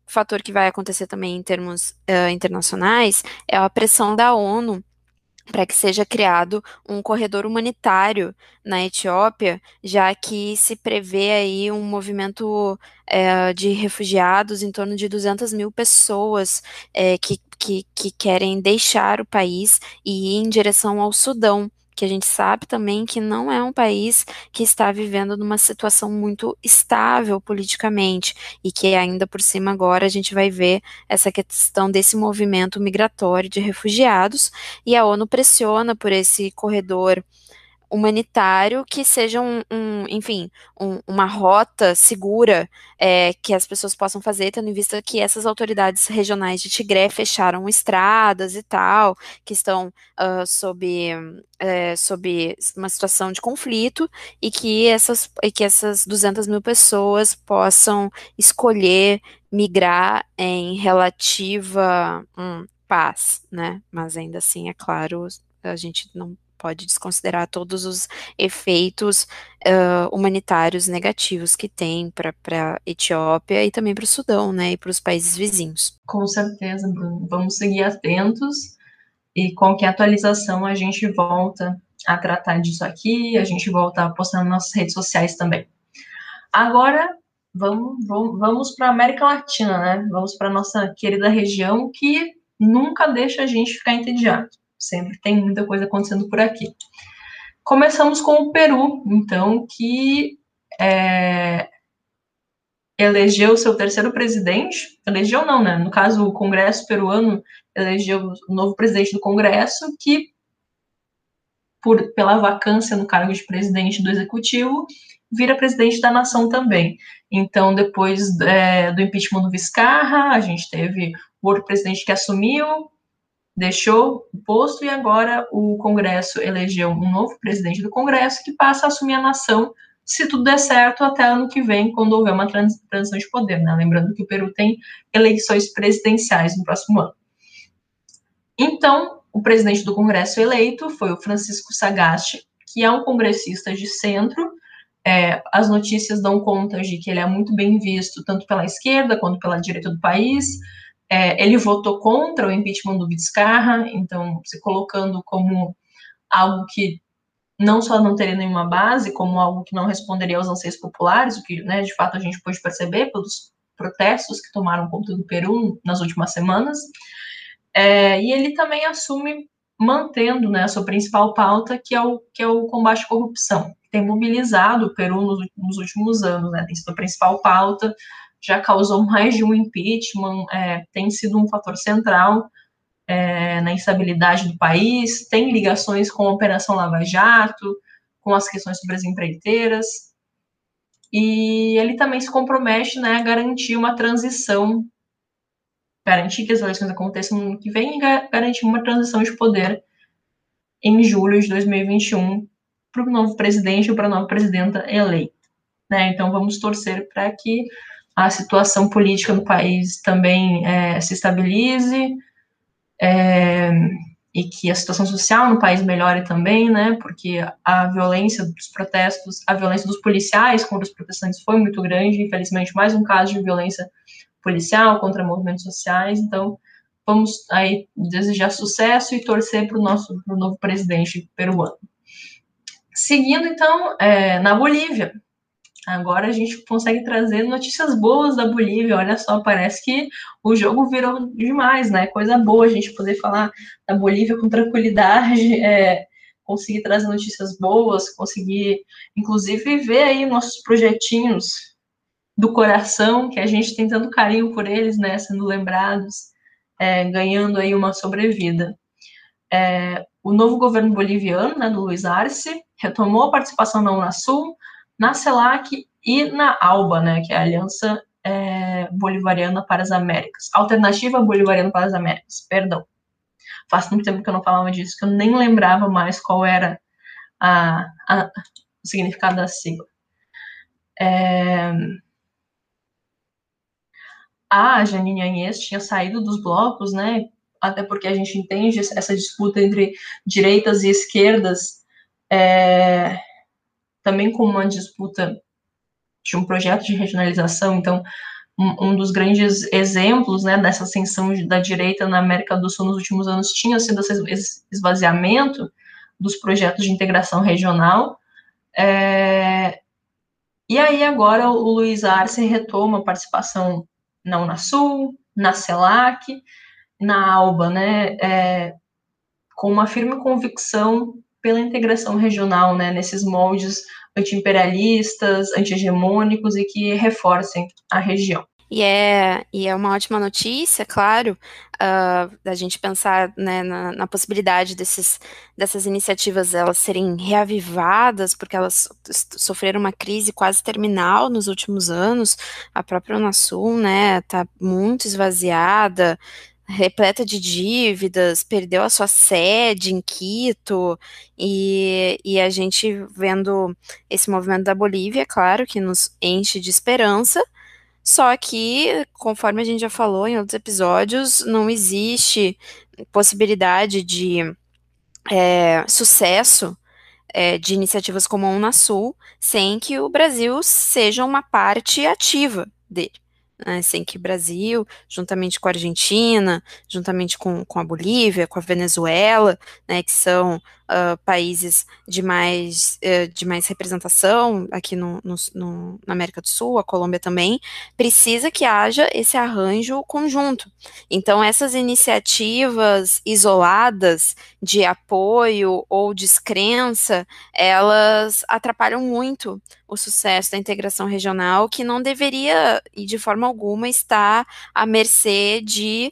fator que vai acontecer também em termos uh, internacionais é a pressão da ONU para que seja criado um corredor humanitário na Etiópia, já que se prevê aí um movimento é, de refugiados em torno de duzentas mil pessoas é, que, que, que querem deixar o país e ir em direção ao Sudão, que a gente sabe também que não é um país que está vivendo numa situação muito estável politicamente e que ainda por cima agora a gente vai ver essa questão desse movimento migratório de refugiados e a ONU pressiona por esse corredor humanitário que seja um, um enfim, um, uma rota segura é, que as pessoas possam fazer, tendo em vista que essas autoridades regionais de Tigré fecharam estradas e tal, que estão uh, sob, é, sob uma situação de conflito e que essas, e que essas duzentas mil pessoas possam escolher migrar em relativa hum, paz, né? Mas ainda assim, é claro, a gente não pode desconsiderar todos os efeitos uh, humanitários negativos que tem para a Etiópia e também para o Sudão, né, e para os países vizinhos. Com certeza, Bruno. Vamos seguir atentos e qualquer atualização a gente volta a tratar disso aqui, a gente volta a postar nas nossas redes sociais também. Agora, vamos, vamos, vamos para a América Latina, né? Vamos para a nossa querida região que nunca deixa a gente ficar entediado. Sempre tem muita coisa acontecendo por aqui. Começamos com o Peru, então, que é, elegeu seu terceiro presidente. Elegeu não, né? No caso, o Congresso peruano elegeu o novo presidente do Congresso, que, por, pela vacância no cargo de presidente do Executivo, vira presidente da nação também. Então, depois é, do impeachment do Vizcarra, a gente teve o outro presidente que assumiu, deixou o posto e agora o Congresso elegeu um novo presidente do Congresso que passa a assumir a nação, se tudo der certo, até ano que vem, quando houver uma transição de poder, né? Lembrando que o Peru tem eleições presidenciais no próximo ano. Então, o presidente do Congresso eleito foi o Francisco Sagasti, que é um congressista de centro. É, as notícias dão conta de que ele é muito bem visto, tanto pela esquerda quanto pela direita do país. É, ele votou contra o impeachment do Vizcarra, então se colocando como algo que não só não teria nenhuma base, como algo que não responderia aos anseios populares, o que, né, de fato, a gente pôde perceber pelos protestos que tomaram conta do Peru nas últimas semanas. É, e ele também assume mantendo, né, a sua principal pauta, que é o, que é o combate à corrupção, que tem mobilizado o Peru nos, nos últimos anos, né, tem sido a principal pauta, já causou mais de um impeachment, é, tem sido um fator central é, na instabilidade do país, tem ligações com a Operação Lava Jato, com as questões sobre as empreiteiras, e ele também se compromete, né, a garantir uma transição, garantir que as eleições aconteçam no ano que vem e garantir uma transição de poder em julho de dois mil e vinte e um para o novo presidente ou para a nova presidenta eleita. Né? Então, vamos torcer para que a situação política no país também é, se estabilize é, e que a situação social no país melhore também, né? Porque a violência dos protestos, a violência dos policiais contra os protestantes foi muito grande, infelizmente, mais um caso de violência policial contra movimentos sociais, então vamos aí desejar sucesso e torcer para o nosso pro novo presidente peruano. Seguindo, então, é, na Bolívia. Agora a gente consegue trazer notícias boas da Bolívia. Olha só, parece que o jogo virou demais, né? Coisa boa a gente poder falar da Bolívia com tranquilidade, é, conseguir trazer notícias boas, conseguir, inclusive, ver aí nossos projetinhos do coração, que a gente tem tanto carinho por eles, né? Sendo lembrados, é, ganhando aí uma sobrevida. É, o novo governo boliviano, né, do Luiz Arce, retomou a participação na Unasul, na CELAC e na ALBA, né, que é a Aliança é, Bolivariana para as Américas, Alternativa Bolivariana para as Américas, perdão. Faz muito tempo que eu não falava disso, que eu nem lembrava mais qual era a, a, o significado da sigla. É, a Janine Áñez tinha saído dos blocos, né, até porque a gente entende essa disputa entre direitas e esquerdas é, também como uma disputa de um projeto de regionalização, então um, um dos grandes exemplos, né, dessa ascensão da direita na América do Sul nos últimos anos tinha sido esse esvaziamento dos projetos de integração regional. É, e aí agora o Luiz Arce retoma a participação na Unasul, na CELAC, na ALBA, né, é, com uma firme convicção pela integração regional, né, nesses moldes anti-imperialistas, anti-hegemônicos e que reforcem a região. E é, e é uma ótima notícia, claro, uh, da gente pensar, né, na, na possibilidade desses, dessas iniciativas elas serem reavivadas, porque elas sofreram uma crise quase terminal nos últimos anos. A própria Unasul, né, está muito esvaziada, repleta de dívidas, perdeu a sua sede em Quito, e, e a gente vendo esse movimento da Bolívia, claro, que nos enche de esperança. Só que, conforme a gente já falou em outros episódios, não existe possibilidade de é, sucesso é, de iniciativas como a Unasul sem que o Brasil seja uma parte ativa dele. Né, sem que o Brasil, juntamente com a Argentina, juntamente com, com a Bolívia, com a Venezuela, né, que são uh, países de mais, uh, de mais representação aqui no, no, no, na América do Sul, a Colômbia também, precisa que haja esse arranjo conjunto. Então, essas iniciativas isoladas de apoio ou descrença, elas atrapalham muito o sucesso da integração regional, que não deveria, e de forma alguma, estar à mercê de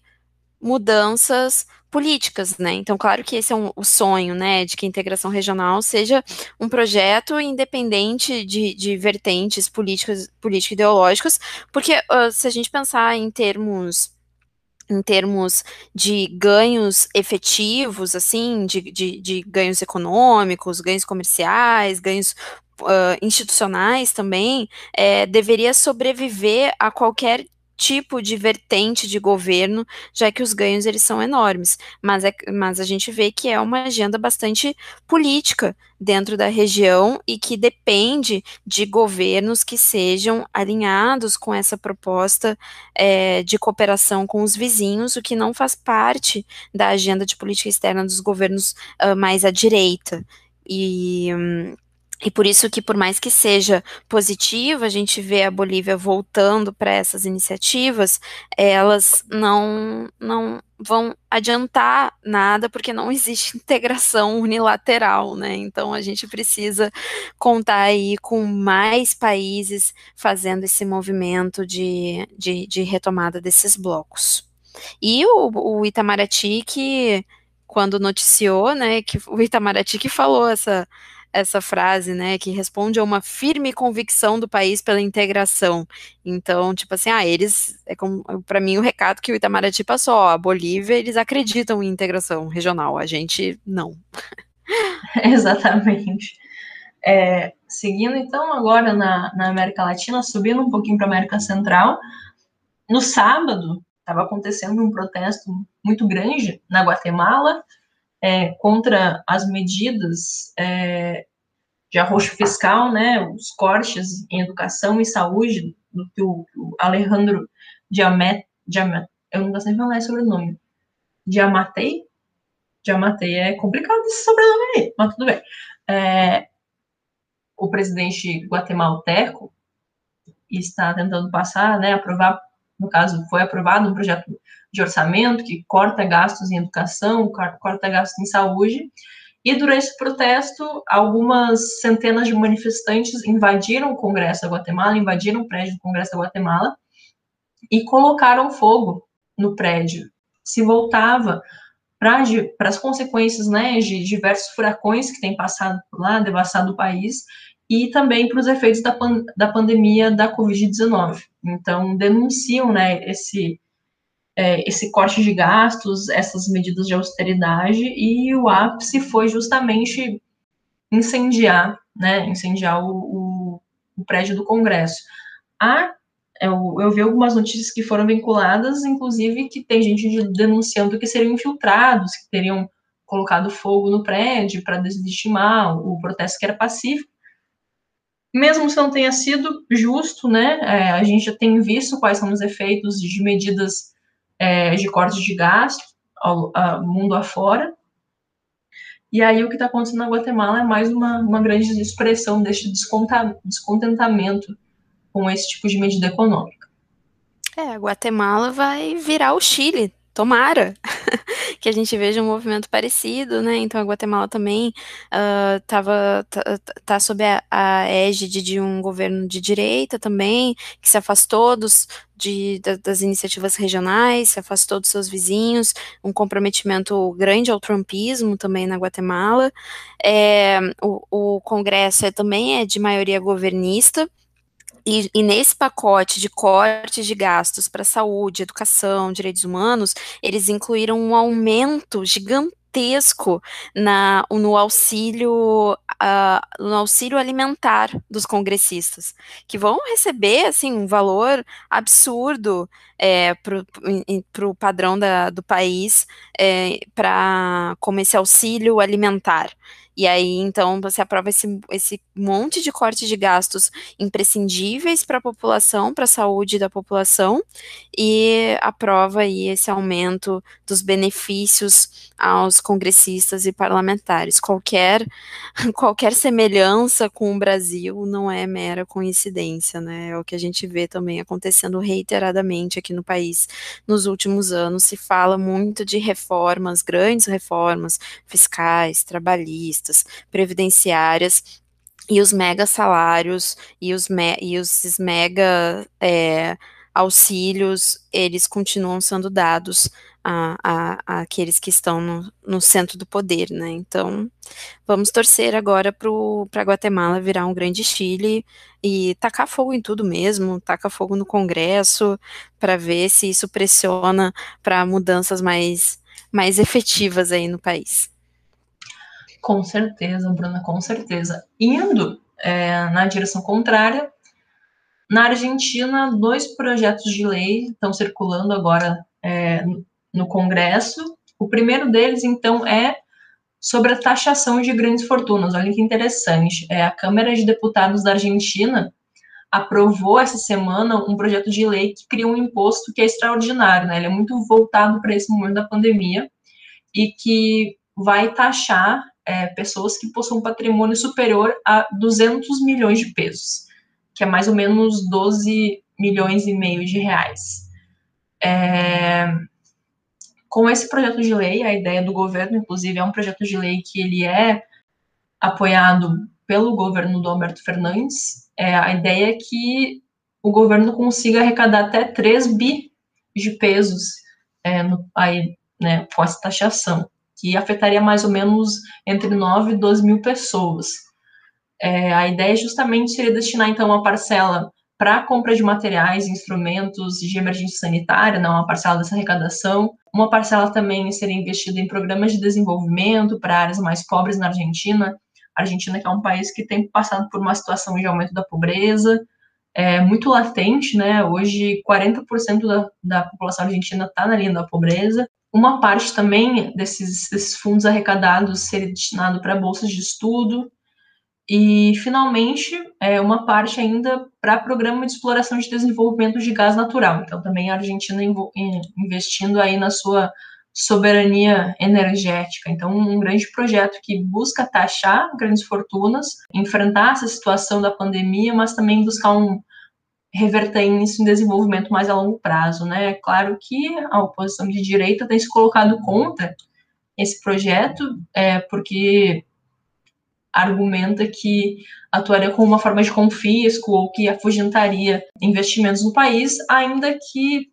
mudanças políticas, né? Então, claro que esse é um, o sonho, né, de que a integração regional seja um projeto independente de, de vertentes políticas, político-ideológicas, porque uh, se a gente pensar em termos em termos de ganhos efetivos, assim, de, de, de ganhos econômicos, ganhos comerciais, ganhos Uh, institucionais também, é, deveria sobreviver a qualquer tipo de vertente de governo, já que os ganhos eles são enormes, mas, é, mas a gente vê que é uma agenda bastante política dentro da região e que depende de governos que sejam alinhados com essa proposta é, de cooperação com os vizinhos, o que não faz parte da agenda de política externa dos governos uh, mais à direita. E... Hum, E por isso que, por mais que seja positivo, a gente vê a Bolívia voltando para essas iniciativas, elas não, não vão adiantar nada, porque não existe integração unilateral, né? Então a gente precisa contar aí com mais países fazendo esse movimento de, de, de retomada desses blocos. E o, o Itamaraty que, quando noticiou, né, que o Itamaraty que falou essa essa frase, né, que responde a uma firme convicção do país pela integração. Então, tipo assim, ah, eles, é como, para mim, o recado que o Itamaraty passou, ó, a Bolívia, eles acreditam em integração regional, a gente não. Exatamente. É, seguindo, então, agora na, na América Latina, subindo um pouquinho para a América Central, no sábado, estava acontecendo um protesto muito grande na Guatemala, é, contra as medidas é, de arroxo fiscal, né, os cortes em educação e saúde, do que o, o Alejandro Diamet, Diamet, eu não gosto nem de falar esse sobrenome, Diamatei, Diamatei, é complicado esse sobrenome aí, mas tudo bem. É, o presidente guatemalteco está tentando passar, né, aprovar, no caso, foi aprovado um projeto de orçamento que corta gastos em educação, corta gastos em saúde, e durante esse protesto, algumas centenas de manifestantes invadiram o Congresso da Guatemala, invadiram o prédio do Congresso da Guatemala e colocaram fogo no prédio. Se voltava para as consequências, né, de diversos furacões que têm passado por lá, devastado o país, e também para os efeitos da, pan da pandemia da covid dezenove. Então, denunciam, né, esse, é, esse corte de gastos, essas medidas de austeridade, e o ápice foi justamente incendiar, né, incendiar o, o, o prédio do Congresso. A, eu, eu vi algumas notícias que foram vinculadas, inclusive que tem gente denunciando que seriam infiltrados, que teriam colocado fogo no prédio para deslegitimar o protesto que era pacífico. mesmo se não tenha sido justo, né, é, a gente já tem visto quais são os efeitos de medidas é, de cortes de gasto ao, ao mundo afora. E aí o que está acontecendo na Guatemala é mais uma, uma grande expressão deste descontentamento com esse tipo de medida econômica. É, a Guatemala vai virar o Chile, tomara que a gente veja um movimento parecido, né? Então a Guatemala também uh, tava, tá, tá sob a, a égide de um governo de direita também, que se afastou dos, de, da, das iniciativas regionais, se afastou dos seus vizinhos, um comprometimento grande ao trumpismo também na Guatemala. É, o, o Congresso é, também é de maioria governista. E, e nesse pacote de cortes de gastos para saúde, educação, direitos humanos, eles incluíram um aumento gigantesco na, no auxílio, uh, no auxílio alimentar dos congressistas, que vão receber assim um valor absurdo é, para o padrão da, do país, é, para como esse auxílio alimentar. E aí, então, você aprova esse, esse monte de corte de gastos imprescindíveis para a população, para a saúde da população, e aprova aí esse aumento dos benefícios aos congressistas e parlamentares. Qualquer, qualquer semelhança com o Brasil não é mera coincidência, né? É o que a gente vê também acontecendo reiteradamente aqui no país nos últimos anos. Se fala muito de reformas, grandes reformas fiscais, trabalhistas, previdenciárias, e os mega salários e os, me, e os mega é, auxílios, eles continuam sendo dados a, a, a aqueles que estão no, no centro do poder, né? Então, vamos torcer agora para a Guatemala virar um grande Chile e tacar fogo em tudo mesmo, tacar fogo no Congresso, para ver se isso pressiona para mudanças mais, mais efetivas aí no país. Com certeza, Bruna, com certeza. Indo é, na direção contrária, na Argentina, dois projetos de lei estão circulando agora é, no Congresso. O primeiro deles, então, é sobre a taxação de grandes fortunas. Olha que interessante. É, a Câmara de Deputados da Argentina aprovou essa semana um projeto de lei que cria um imposto que é extraordinário, né? Ele é muito voltado para esse momento da pandemia e que vai taxar é, pessoas que possuam patrimônio superior a duzentos milhões de pesos, que é mais ou menos doze milhões e meio de reais. É, com esse projeto de lei, a ideia do governo, inclusive, é um projeto de lei que ele é apoiado pelo governo do Alberto Fernandes. É, a ideia é que o governo consiga arrecadar até três bi de pesos é, no, aí, né, com essa taxação, que afetaria mais ou menos entre nove e doze mil pessoas. É, a ideia justamente seria destinar, então, uma parcela para a compra de materiais, instrumentos de emergência sanitária, não uma parcela dessa arrecadação. Uma parcela também seria investida em programas de desenvolvimento para áreas mais pobres na Argentina. A Argentina, que é um país que tem passado por uma situação de aumento da pobreza, é muito latente, né? Hoje, quarenta por cento da, da população argentina está na linha da pobreza. Uma parte também desses, desses fundos arrecadados seria destinado para bolsas de estudo. E, finalmente, é uma parte ainda para programa de exploração de desenvolvimento de gás natural. Então, também a Argentina investindo aí na sua soberania energética. Então, um grande projeto que busca taxar grandes fortunas, enfrentar essa situação da pandemia, mas também buscar um reverter isso em desenvolvimento mais a longo prazo, né? É claro que a oposição de direita tem se colocado contra esse projeto, é, porque argumenta que atuaria como uma forma de confisco ou que afugentaria investimentos no país, ainda que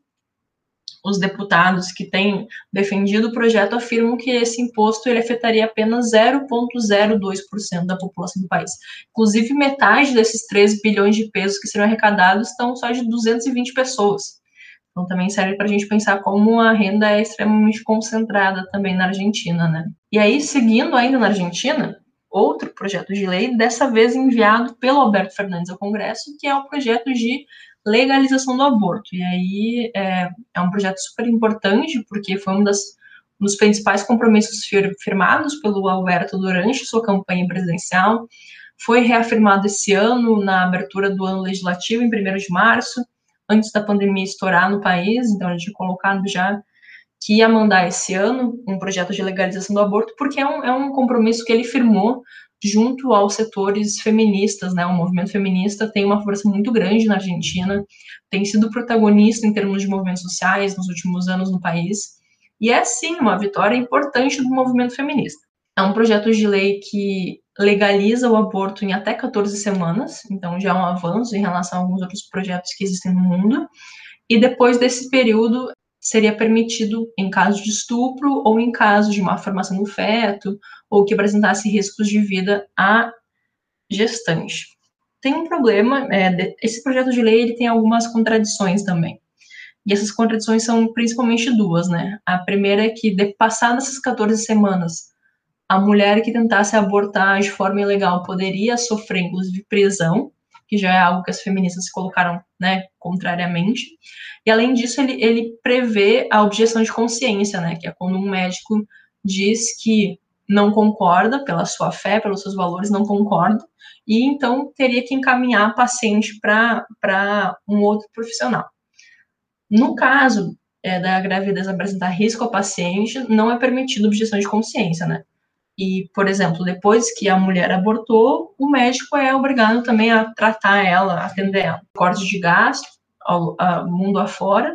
os deputados que têm defendido o projeto afirmam que esse imposto ele afetaria apenas zero vírgula zero dois por cento da população do país. Inclusive, metade desses três bilhões de pesos que serão arrecadados estão só de duzentas e vinte pessoas. Então, também serve para a gente pensar como a renda é extremamente concentrada também na Argentina, né? E aí, seguindo ainda na Argentina, outro projeto de lei, dessa vez enviado pelo Alberto Fernandes ao Congresso, que é o projeto de legalização do aborto. E aí é, é um projeto super importante, porque foi um, das, um dos principais compromissos fir, firmados pelo Alberto durante sua campanha presidencial. foi reafirmado esse ano, na abertura do ano legislativo, em primeiro de março, antes da pandemia estourar no país, então a gente tinha colocado já que ia mandar esse ano um projeto de legalização do aborto, porque é um, é um compromisso que ele firmou junto aos setores feministas, né? O movimento feminista tem uma força muito grande na Argentina, tem sido protagonista em termos de movimentos sociais nos últimos anos no país, e é, sim, uma vitória importante do movimento feminista. É um projeto de lei que legaliza o aborto em até quatorze semanas, então já é um avanço em relação a alguns outros projetos que existem no mundo, e depois desse período seria permitido em caso de estupro ou em caso de má formação do feto ou que apresentasse riscos de vida à gestante. Tem um problema, é, esse projeto de lei ele tem algumas contradições também. E essas contradições são principalmente duas, né? A primeira é que, de, passadas essas quatorze semanas, a mulher que tentasse abortar de forma ilegal poderia sofrer, inclusive, prisão, que já é algo que as feministas se colocaram, né, contrariamente. E, além disso, ele, ele prevê a objeção de consciência, né, que é quando um médico diz que não concorda, pela sua fé, pelos seus valores, não concorda, e então teria que encaminhar a paciente para um outro profissional. No caso é, da gravidez apresentar risco ao paciente, não é permitido objeção de consciência, né? E, por exemplo, depois que a mulher abortou, o médico é obrigado também a tratar ela, atender ela. Corte de gasto, ao, ao mundo afora.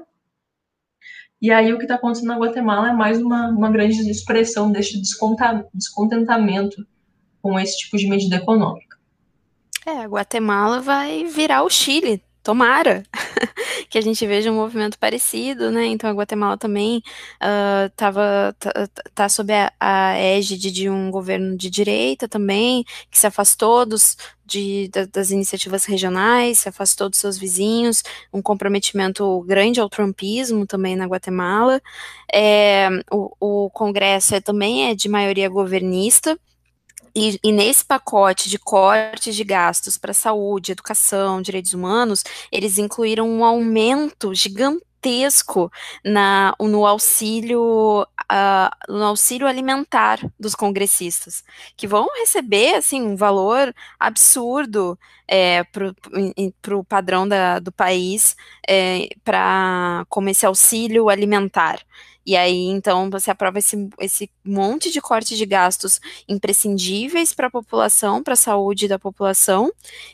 E aí o que está acontecendo na Guatemala é mais uma, uma grande expressão deste descontentamento com esse tipo de medida econômica. É, a Guatemala vai virar o Chile, tomara que a gente veja um movimento parecido, né? Então a Guatemala também uh, tava, tá, tá sob a, a égide de um governo de direita também, que se afastou dos, de, da, das iniciativas regionais, se afastou dos seus vizinhos, um comprometimento grande ao trumpismo também na Guatemala. É, o, o Congresso é, também é de maioria governista. E, e nesse pacote de cortes de gastos para saúde, educação, direitos humanos, eles incluíram um aumento gigantesco na, no auxílio, uh, no auxílio alimentar dos congressistas, que vão receber assim, um valor absurdo é, para o padrão da, do país, é, pra, como esse auxílio alimentar. E aí, então, você aprova esse, esse monte de corte de gastos imprescindíveis para a população, para a saúde da população,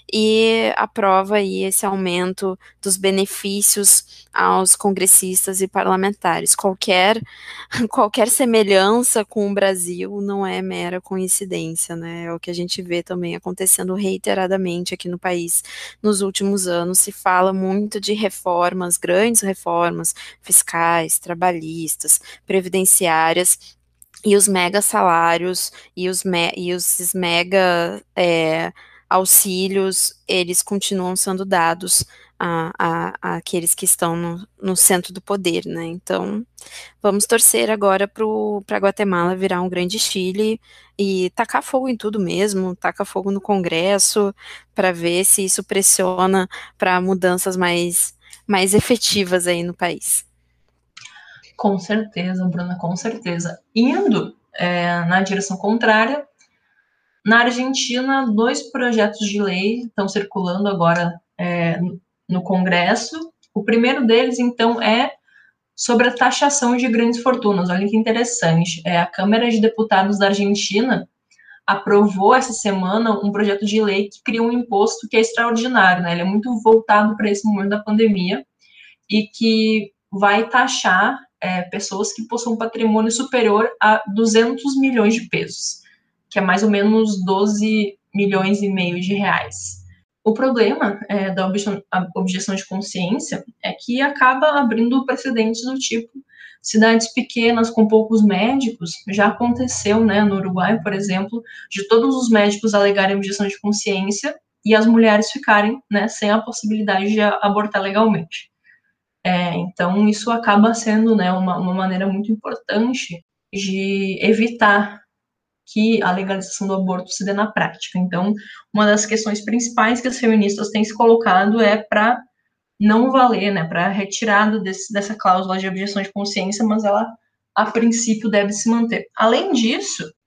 e aprova aí esse aumento dos benefícios aos congressistas e parlamentares. Qualquer, qualquer semelhança com o Brasil não é mera coincidência, né? É o que a gente vê também acontecendo reiteradamente aqui no país nos últimos anos. Se fala muito de reformas, grandes reformas fiscais, trabalhistas, previdenciárias, e os mega salários e os, me, e os mega é, auxílios, eles continuam sendo dados a, a, a aqueles que estão no, no centro do poder, né? Então, vamos torcer agora para Guatemala virar um grande Chile e tacar fogo em tudo mesmo, tacar fogo no Congresso, para ver se isso pressiona para mudanças mais, mais efetivas aí no país. Com certeza, Bruna, com certeza. Indo é, na direção contrária, na Argentina, dois projetos de lei estão circulando agora é, no Congresso. O primeiro deles, então, é sobre a taxação de grandes fortunas. Olha que interessante. É, a Câmara de Deputados da Argentina aprovou essa semana um projeto de lei que cria um imposto que é extraordinário, né? Ele é muito voltado para esse momento da pandemia e que vai taxar é, pessoas que possuam patrimônio superior a duzentos milhões de pesos, que é mais ou menos doze milhões e meio de reais. O problema é, da objeção, objeção de consciência é que acaba abrindo precedentes do tipo cidades pequenas com poucos médicos. Já aconteceu, né, no Uruguai, por exemplo, de todos os médicos alegarem objeção de consciência e as mulheres ficarem, né, sem a possibilidade de abortar legalmente. É, então, isso acaba sendo, né, uma, uma maneira muito importante de evitar que a legalização do aborto se dê na prática. Então, uma das questões principais que as feministas têm se colocado é para não valer, né, para a retirada desse, dessa cláusula de objeção de consciência, mas ela, a princípio, deve se manter. Além disso,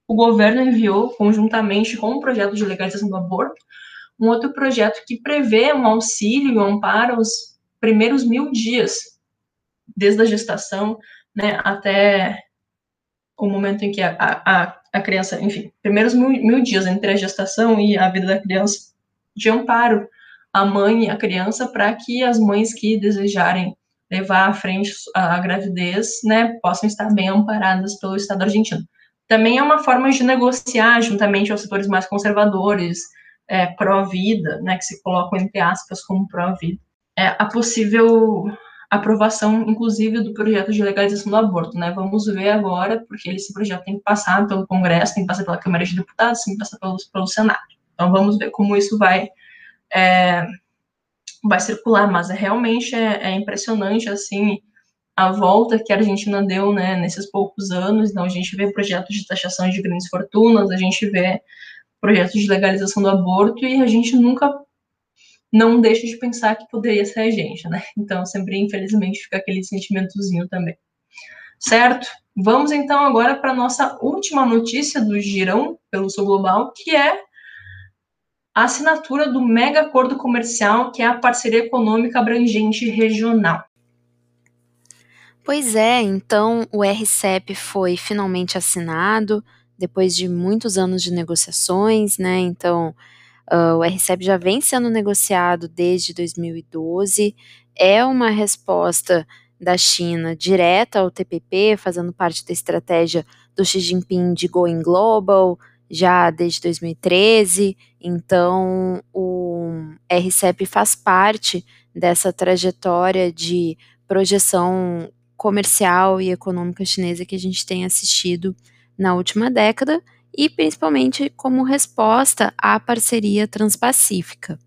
o governo enviou, conjuntamente com o projeto de legalização do aborto, um outro projeto que prevê um auxílio e um amparo aos primeiros mil dias, desde a gestação, né, até o momento em que a, a, a criança, enfim, primeiros mil, mil dias entre a gestação e a vida da criança, de amparo à mãe e à criança, para que as mães que desejarem levar à frente a, a gravidez, né, possam estar bem amparadas pelo Estado argentino. Também é uma forma de negociar juntamente aos setores mais conservadores, é, pró-vida, né, que se colocam entre aspas como pró-vida, é, a possível aprovação, inclusive, do projeto de legalização do aborto, né? Vamos ver agora, porque esse projeto tem que passar pelo Congresso, tem que passar pela Câmara de Deputados, tem que passar pelo, pelo Senado. Então, vamos ver como isso vai, é, vai circular, mas é, realmente é, é impressionante, assim, a volta que a Argentina deu, né, nesses poucos anos. Então, a gente vê projetos de taxação de grandes fortunas, a gente vê projetos de legalização do aborto, e a gente nunca não deixa de pensar que poderia ser a gente, né? Então, sempre, infelizmente, fica aquele sentimentozinho também. Certo? Vamos, então, agora para a nossa última notícia do Girão pelo Sul Global, que é a assinatura do mega acordo comercial, que é a parceria econômica abrangente regional. Pois é, então o R C E P foi finalmente assinado, depois de muitos anos de negociações, né? Então, Uh, o R C E P já vem sendo negociado desde dois mil e doze, é uma resposta da China direta ao T P P, fazendo parte da estratégia do Xi Jinping de Going Global, já desde dois mil e treze, então o R C E P faz parte dessa trajetória de projeção comercial e econômica chinesa que a gente tem assistido na última década, e principalmente como resposta à parceria transpacífica.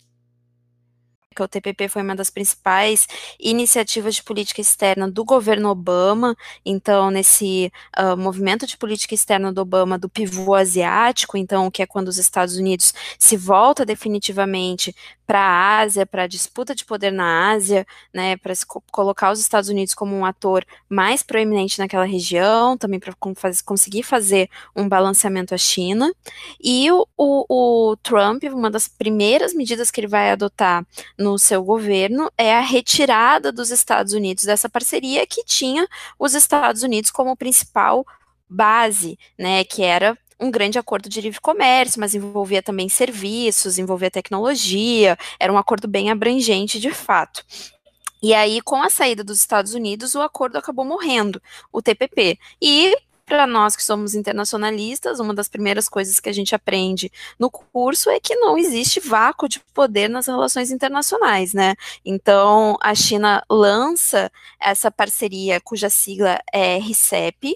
O T P P foi uma das principais iniciativas de política externa do governo Obama. Então, nesse uh, movimento de política externa do Obama, do pivô asiático, então, que é quando os Estados Unidos se volta definitivamente para a Ásia, para a disputa de poder na Ásia, né, para co colocar os Estados Unidos como um ator mais proeminente naquela região, também para faz, conseguir fazer um balanceamento à China. E o, o, o Trump, uma das primeiras medidas que ele vai adotar no seu governo é a retirada dos Estados Unidos dessa parceria, que tinha os Estados Unidos como principal base, né, que era um grande acordo de livre comércio, mas envolvia também serviços, envolvia tecnologia, era um acordo bem abrangente de fato. E aí, com a saída dos Estados Unidos, o acordo acabou morrendo, o T P P. E para nós que somos internacionalistas, uma das primeiras coisas que a gente aprende no curso é que não existe vácuo de poder nas relações internacionais, né? Então, a China lança essa parceria cuja sigla é R C E P,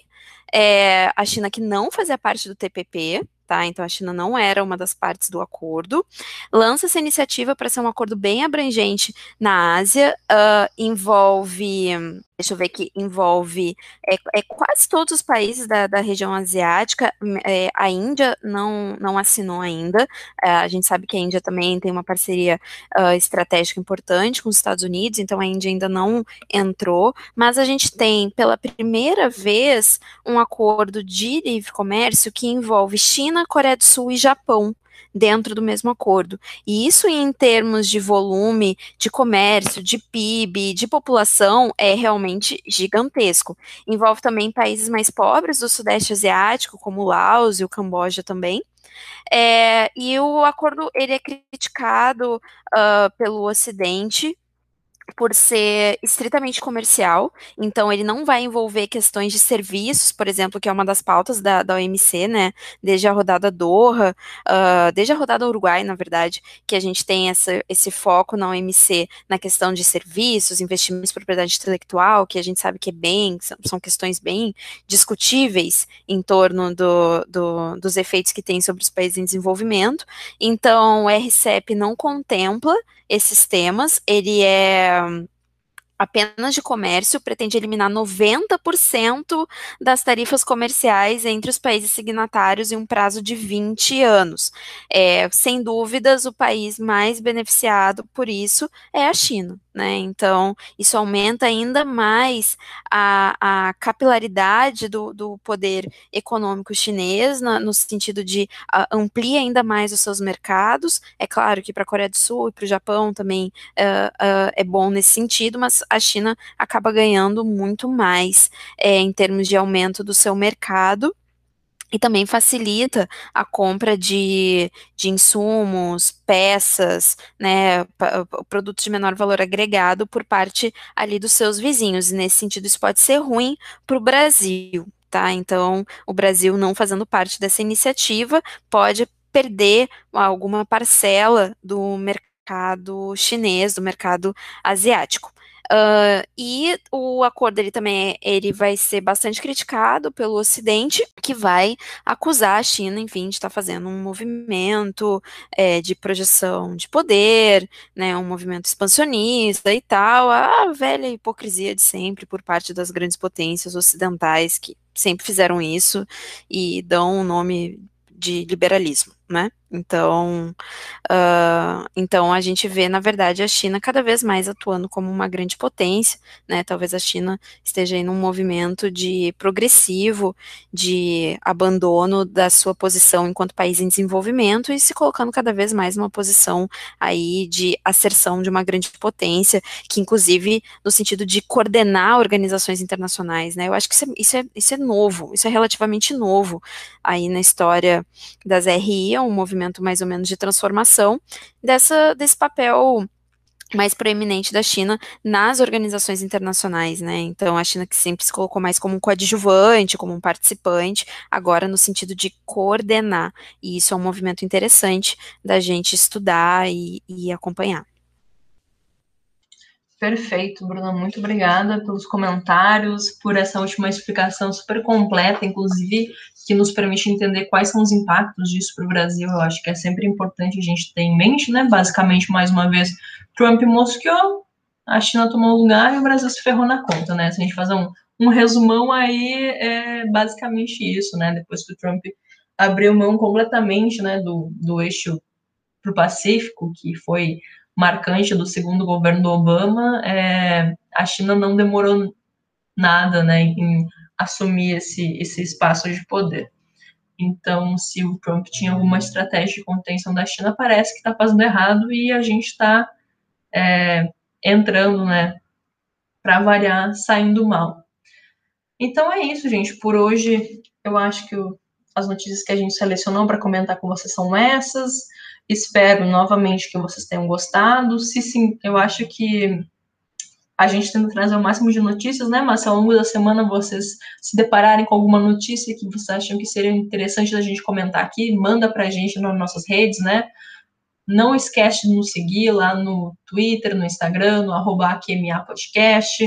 é a China que não fazia parte do T P P, tá? Então a China não era uma das partes do acordo, lança essa iniciativa para ser um acordo bem abrangente na Ásia, uh, envolve, deixa eu ver aqui, envolve é, é quase todos os países da, da região asiática, é, a Índia não, não assinou ainda, é, a gente sabe que a Índia também tem uma parceria uh, estratégica importante com os Estados Unidos, então a Índia ainda não entrou, mas a gente tem pela primeira vez um acordo de livre comércio que envolve China, Coreia do Sul e Japão dentro do mesmo acordo. E isso, em termos de volume, de comércio, de P I B, de população, é realmente gigantesco. Envolve também países mais pobres do Sudeste Asiático, como o Laos e o Camboja também. É, e o acordo ele é criticado uh, pelo Ocidente por ser estritamente comercial, então ele não vai envolver questões de serviços, por exemplo, que é uma das pautas da, da O M C, né, desde a rodada Doha, uh, desde a rodada Uruguai, na verdade, que a gente tem essa, esse foco na O M C na questão de serviços, investimentos, propriedade intelectual, que a gente sabe que é bem, são, são questões bem discutíveis em torno do, do, dos efeitos que tem sobre os países em desenvolvimento. Então, o R C E P não contempla esses temas, ele é apenas de comércio, pretende eliminar noventa por cento das tarifas comerciais entre os países signatários em um prazo de vinte anos. É, sem dúvidas, o país mais beneficiado por isso é a China, né? Então, isso aumenta ainda mais a, a capilaridade do, do poder econômico chinês, na, no sentido de uh, amplia ainda mais os seus mercados. É claro que para a Coreia do Sul e para o Japão também uh, uh, é bom nesse sentido, mas a China acaba ganhando muito mais é, em termos de aumento do seu mercado. E também facilita a compra de, de insumos, peças, né, produtos de menor valor agregado por parte ali dos seus vizinhos. E nesse sentido, isso pode ser ruim para o Brasil, tá? Então, o Brasil não fazendo parte dessa iniciativa pode perder alguma parcela do mercado chinês, do mercado asiático. Uh, e o acordo ele também ele vai ser bastante criticado pelo Ocidente, que vai acusar a China, enfim, de estar fazendo um movimento é, de projeção de poder, né, um movimento expansionista e tal, a velha hipocrisia de sempre por parte das grandes potências ocidentais que sempre fizeram isso e dão o nome de liberalismo, né? Então, uh, então a gente vê, na verdade, a China cada vez mais atuando como uma grande potência, né? Talvez a China esteja em um movimento de progressivo, de abandono da sua posição enquanto país em desenvolvimento e se colocando cada vez mais numa posição aí de asserção de uma grande potência, que inclusive no sentido de coordenar organizações internacionais, né? Eu acho que isso é, isso é, isso é novo, isso é relativamente novo aí na história das R I, é um movimento mais ou menos de transformação dessa, desse papel mais proeminente da China nas organizações internacionais, né? Então, a China que sempre se colocou mais como um coadjuvante, como um participante, agora no sentido de coordenar. E isso é um movimento interessante da gente estudar e, e acompanhar. Perfeito, Bruna. Muito obrigada pelos comentários, por essa última explicação super completa, inclusive, que nos permite entender quais são os impactos disso para o Brasil. Eu acho que é sempre importante a gente ter em mente, né? Basicamente, mais uma vez, Trump mosqueou, a China tomou lugar e o Brasil se ferrou na conta, né? Se a gente fazer um, um resumão aí, é basicamente isso, né? Depois que o Trump abriu mão completamente, né, do, do eixo para o Pacífico, que foi marcante do segundo governo do Obama, é, a China não demorou nada, né, em assumir esse, esse espaço de poder. Então, se o Trump tinha alguma estratégia de contenção da China, parece que está fazendo errado e a gente está é, entrando, né, para variar, saindo mal. Então é isso, gente. Por hoje, eu acho que o, as notícias que a gente selecionou para comentar com vocês são essas. Espero novamente que vocês tenham gostado. Se sim, eu acho que a gente tenta trazer o máximo de notícias, né? Mas se ao longo da semana vocês se depararem com alguma notícia que vocês acham que seria interessante da gente comentar aqui, manda para a gente nas nossas redes, né? Não esquece de nos seguir lá no Twitter, no Instagram, no arroba A Q M A Podcast.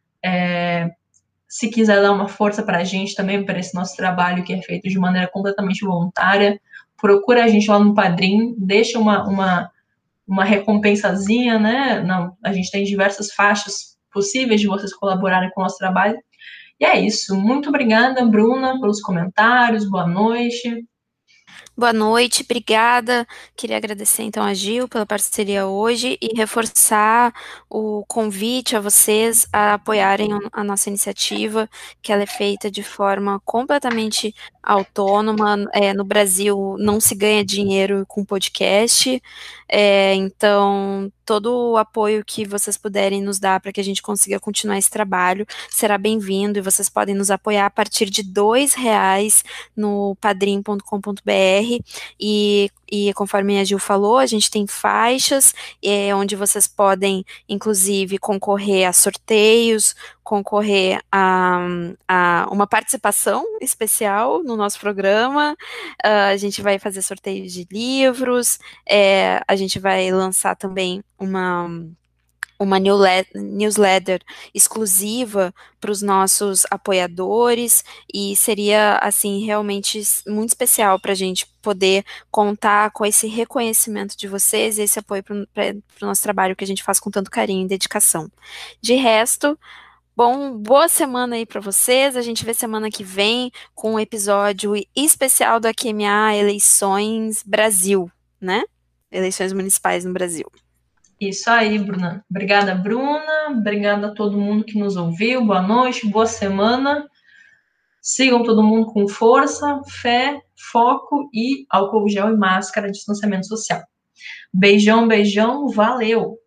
É, se quiser dar uma força para a gente também, para esse nosso trabalho que é feito de maneira completamente voluntária, procura a gente lá no Padrim, deixa uma, uma, uma recompensazinha, né? Não, a gente tem diversas faixas possíveis de vocês colaborarem com o nosso trabalho. E é isso. Muito obrigada, Bruna, pelos comentários. Boa noite. Boa noite, obrigada. Queria agradecer então a Gil pela parceria hoje e reforçar o convite a vocês a apoiarem a nossa iniciativa, que ela é feita de forma completamente autônoma. É, no Brasil não se ganha dinheiro com podcast, é, então todo o apoio que vocês puderem nos dar para que a gente consiga continuar esse trabalho será bem-vindo e vocês podem nos apoiar a partir de dois reais no padrim ponto com ponto br e, e conforme a Gil falou, a gente tem faixas é, onde vocês podem, inclusive, concorrer a sorteios, concorrer a, a uma participação especial no nosso programa. Uh, a gente vai fazer sorteios de livros, é, a gente vai lançar também uma uma newsletter exclusiva para os nossos apoiadores, e seria, assim, realmente muito especial para a gente poder contar com esse reconhecimento de vocês e esse apoio para o nosso trabalho que a gente faz com tanto carinho e dedicação. De resto, bom, boa semana aí para vocês. A gente vê semana que vem com um episódio especial do A Q M A Eleições Brasil, né? Eleições municipais no Brasil. Isso aí, Bruna. Obrigada, Bruna. Obrigada a todo mundo que nos ouviu. Boa noite, boa semana. Sigam todo mundo com força, fé, foco e álcool gel e máscara, distanciamento social. Beijão, beijão, valeu!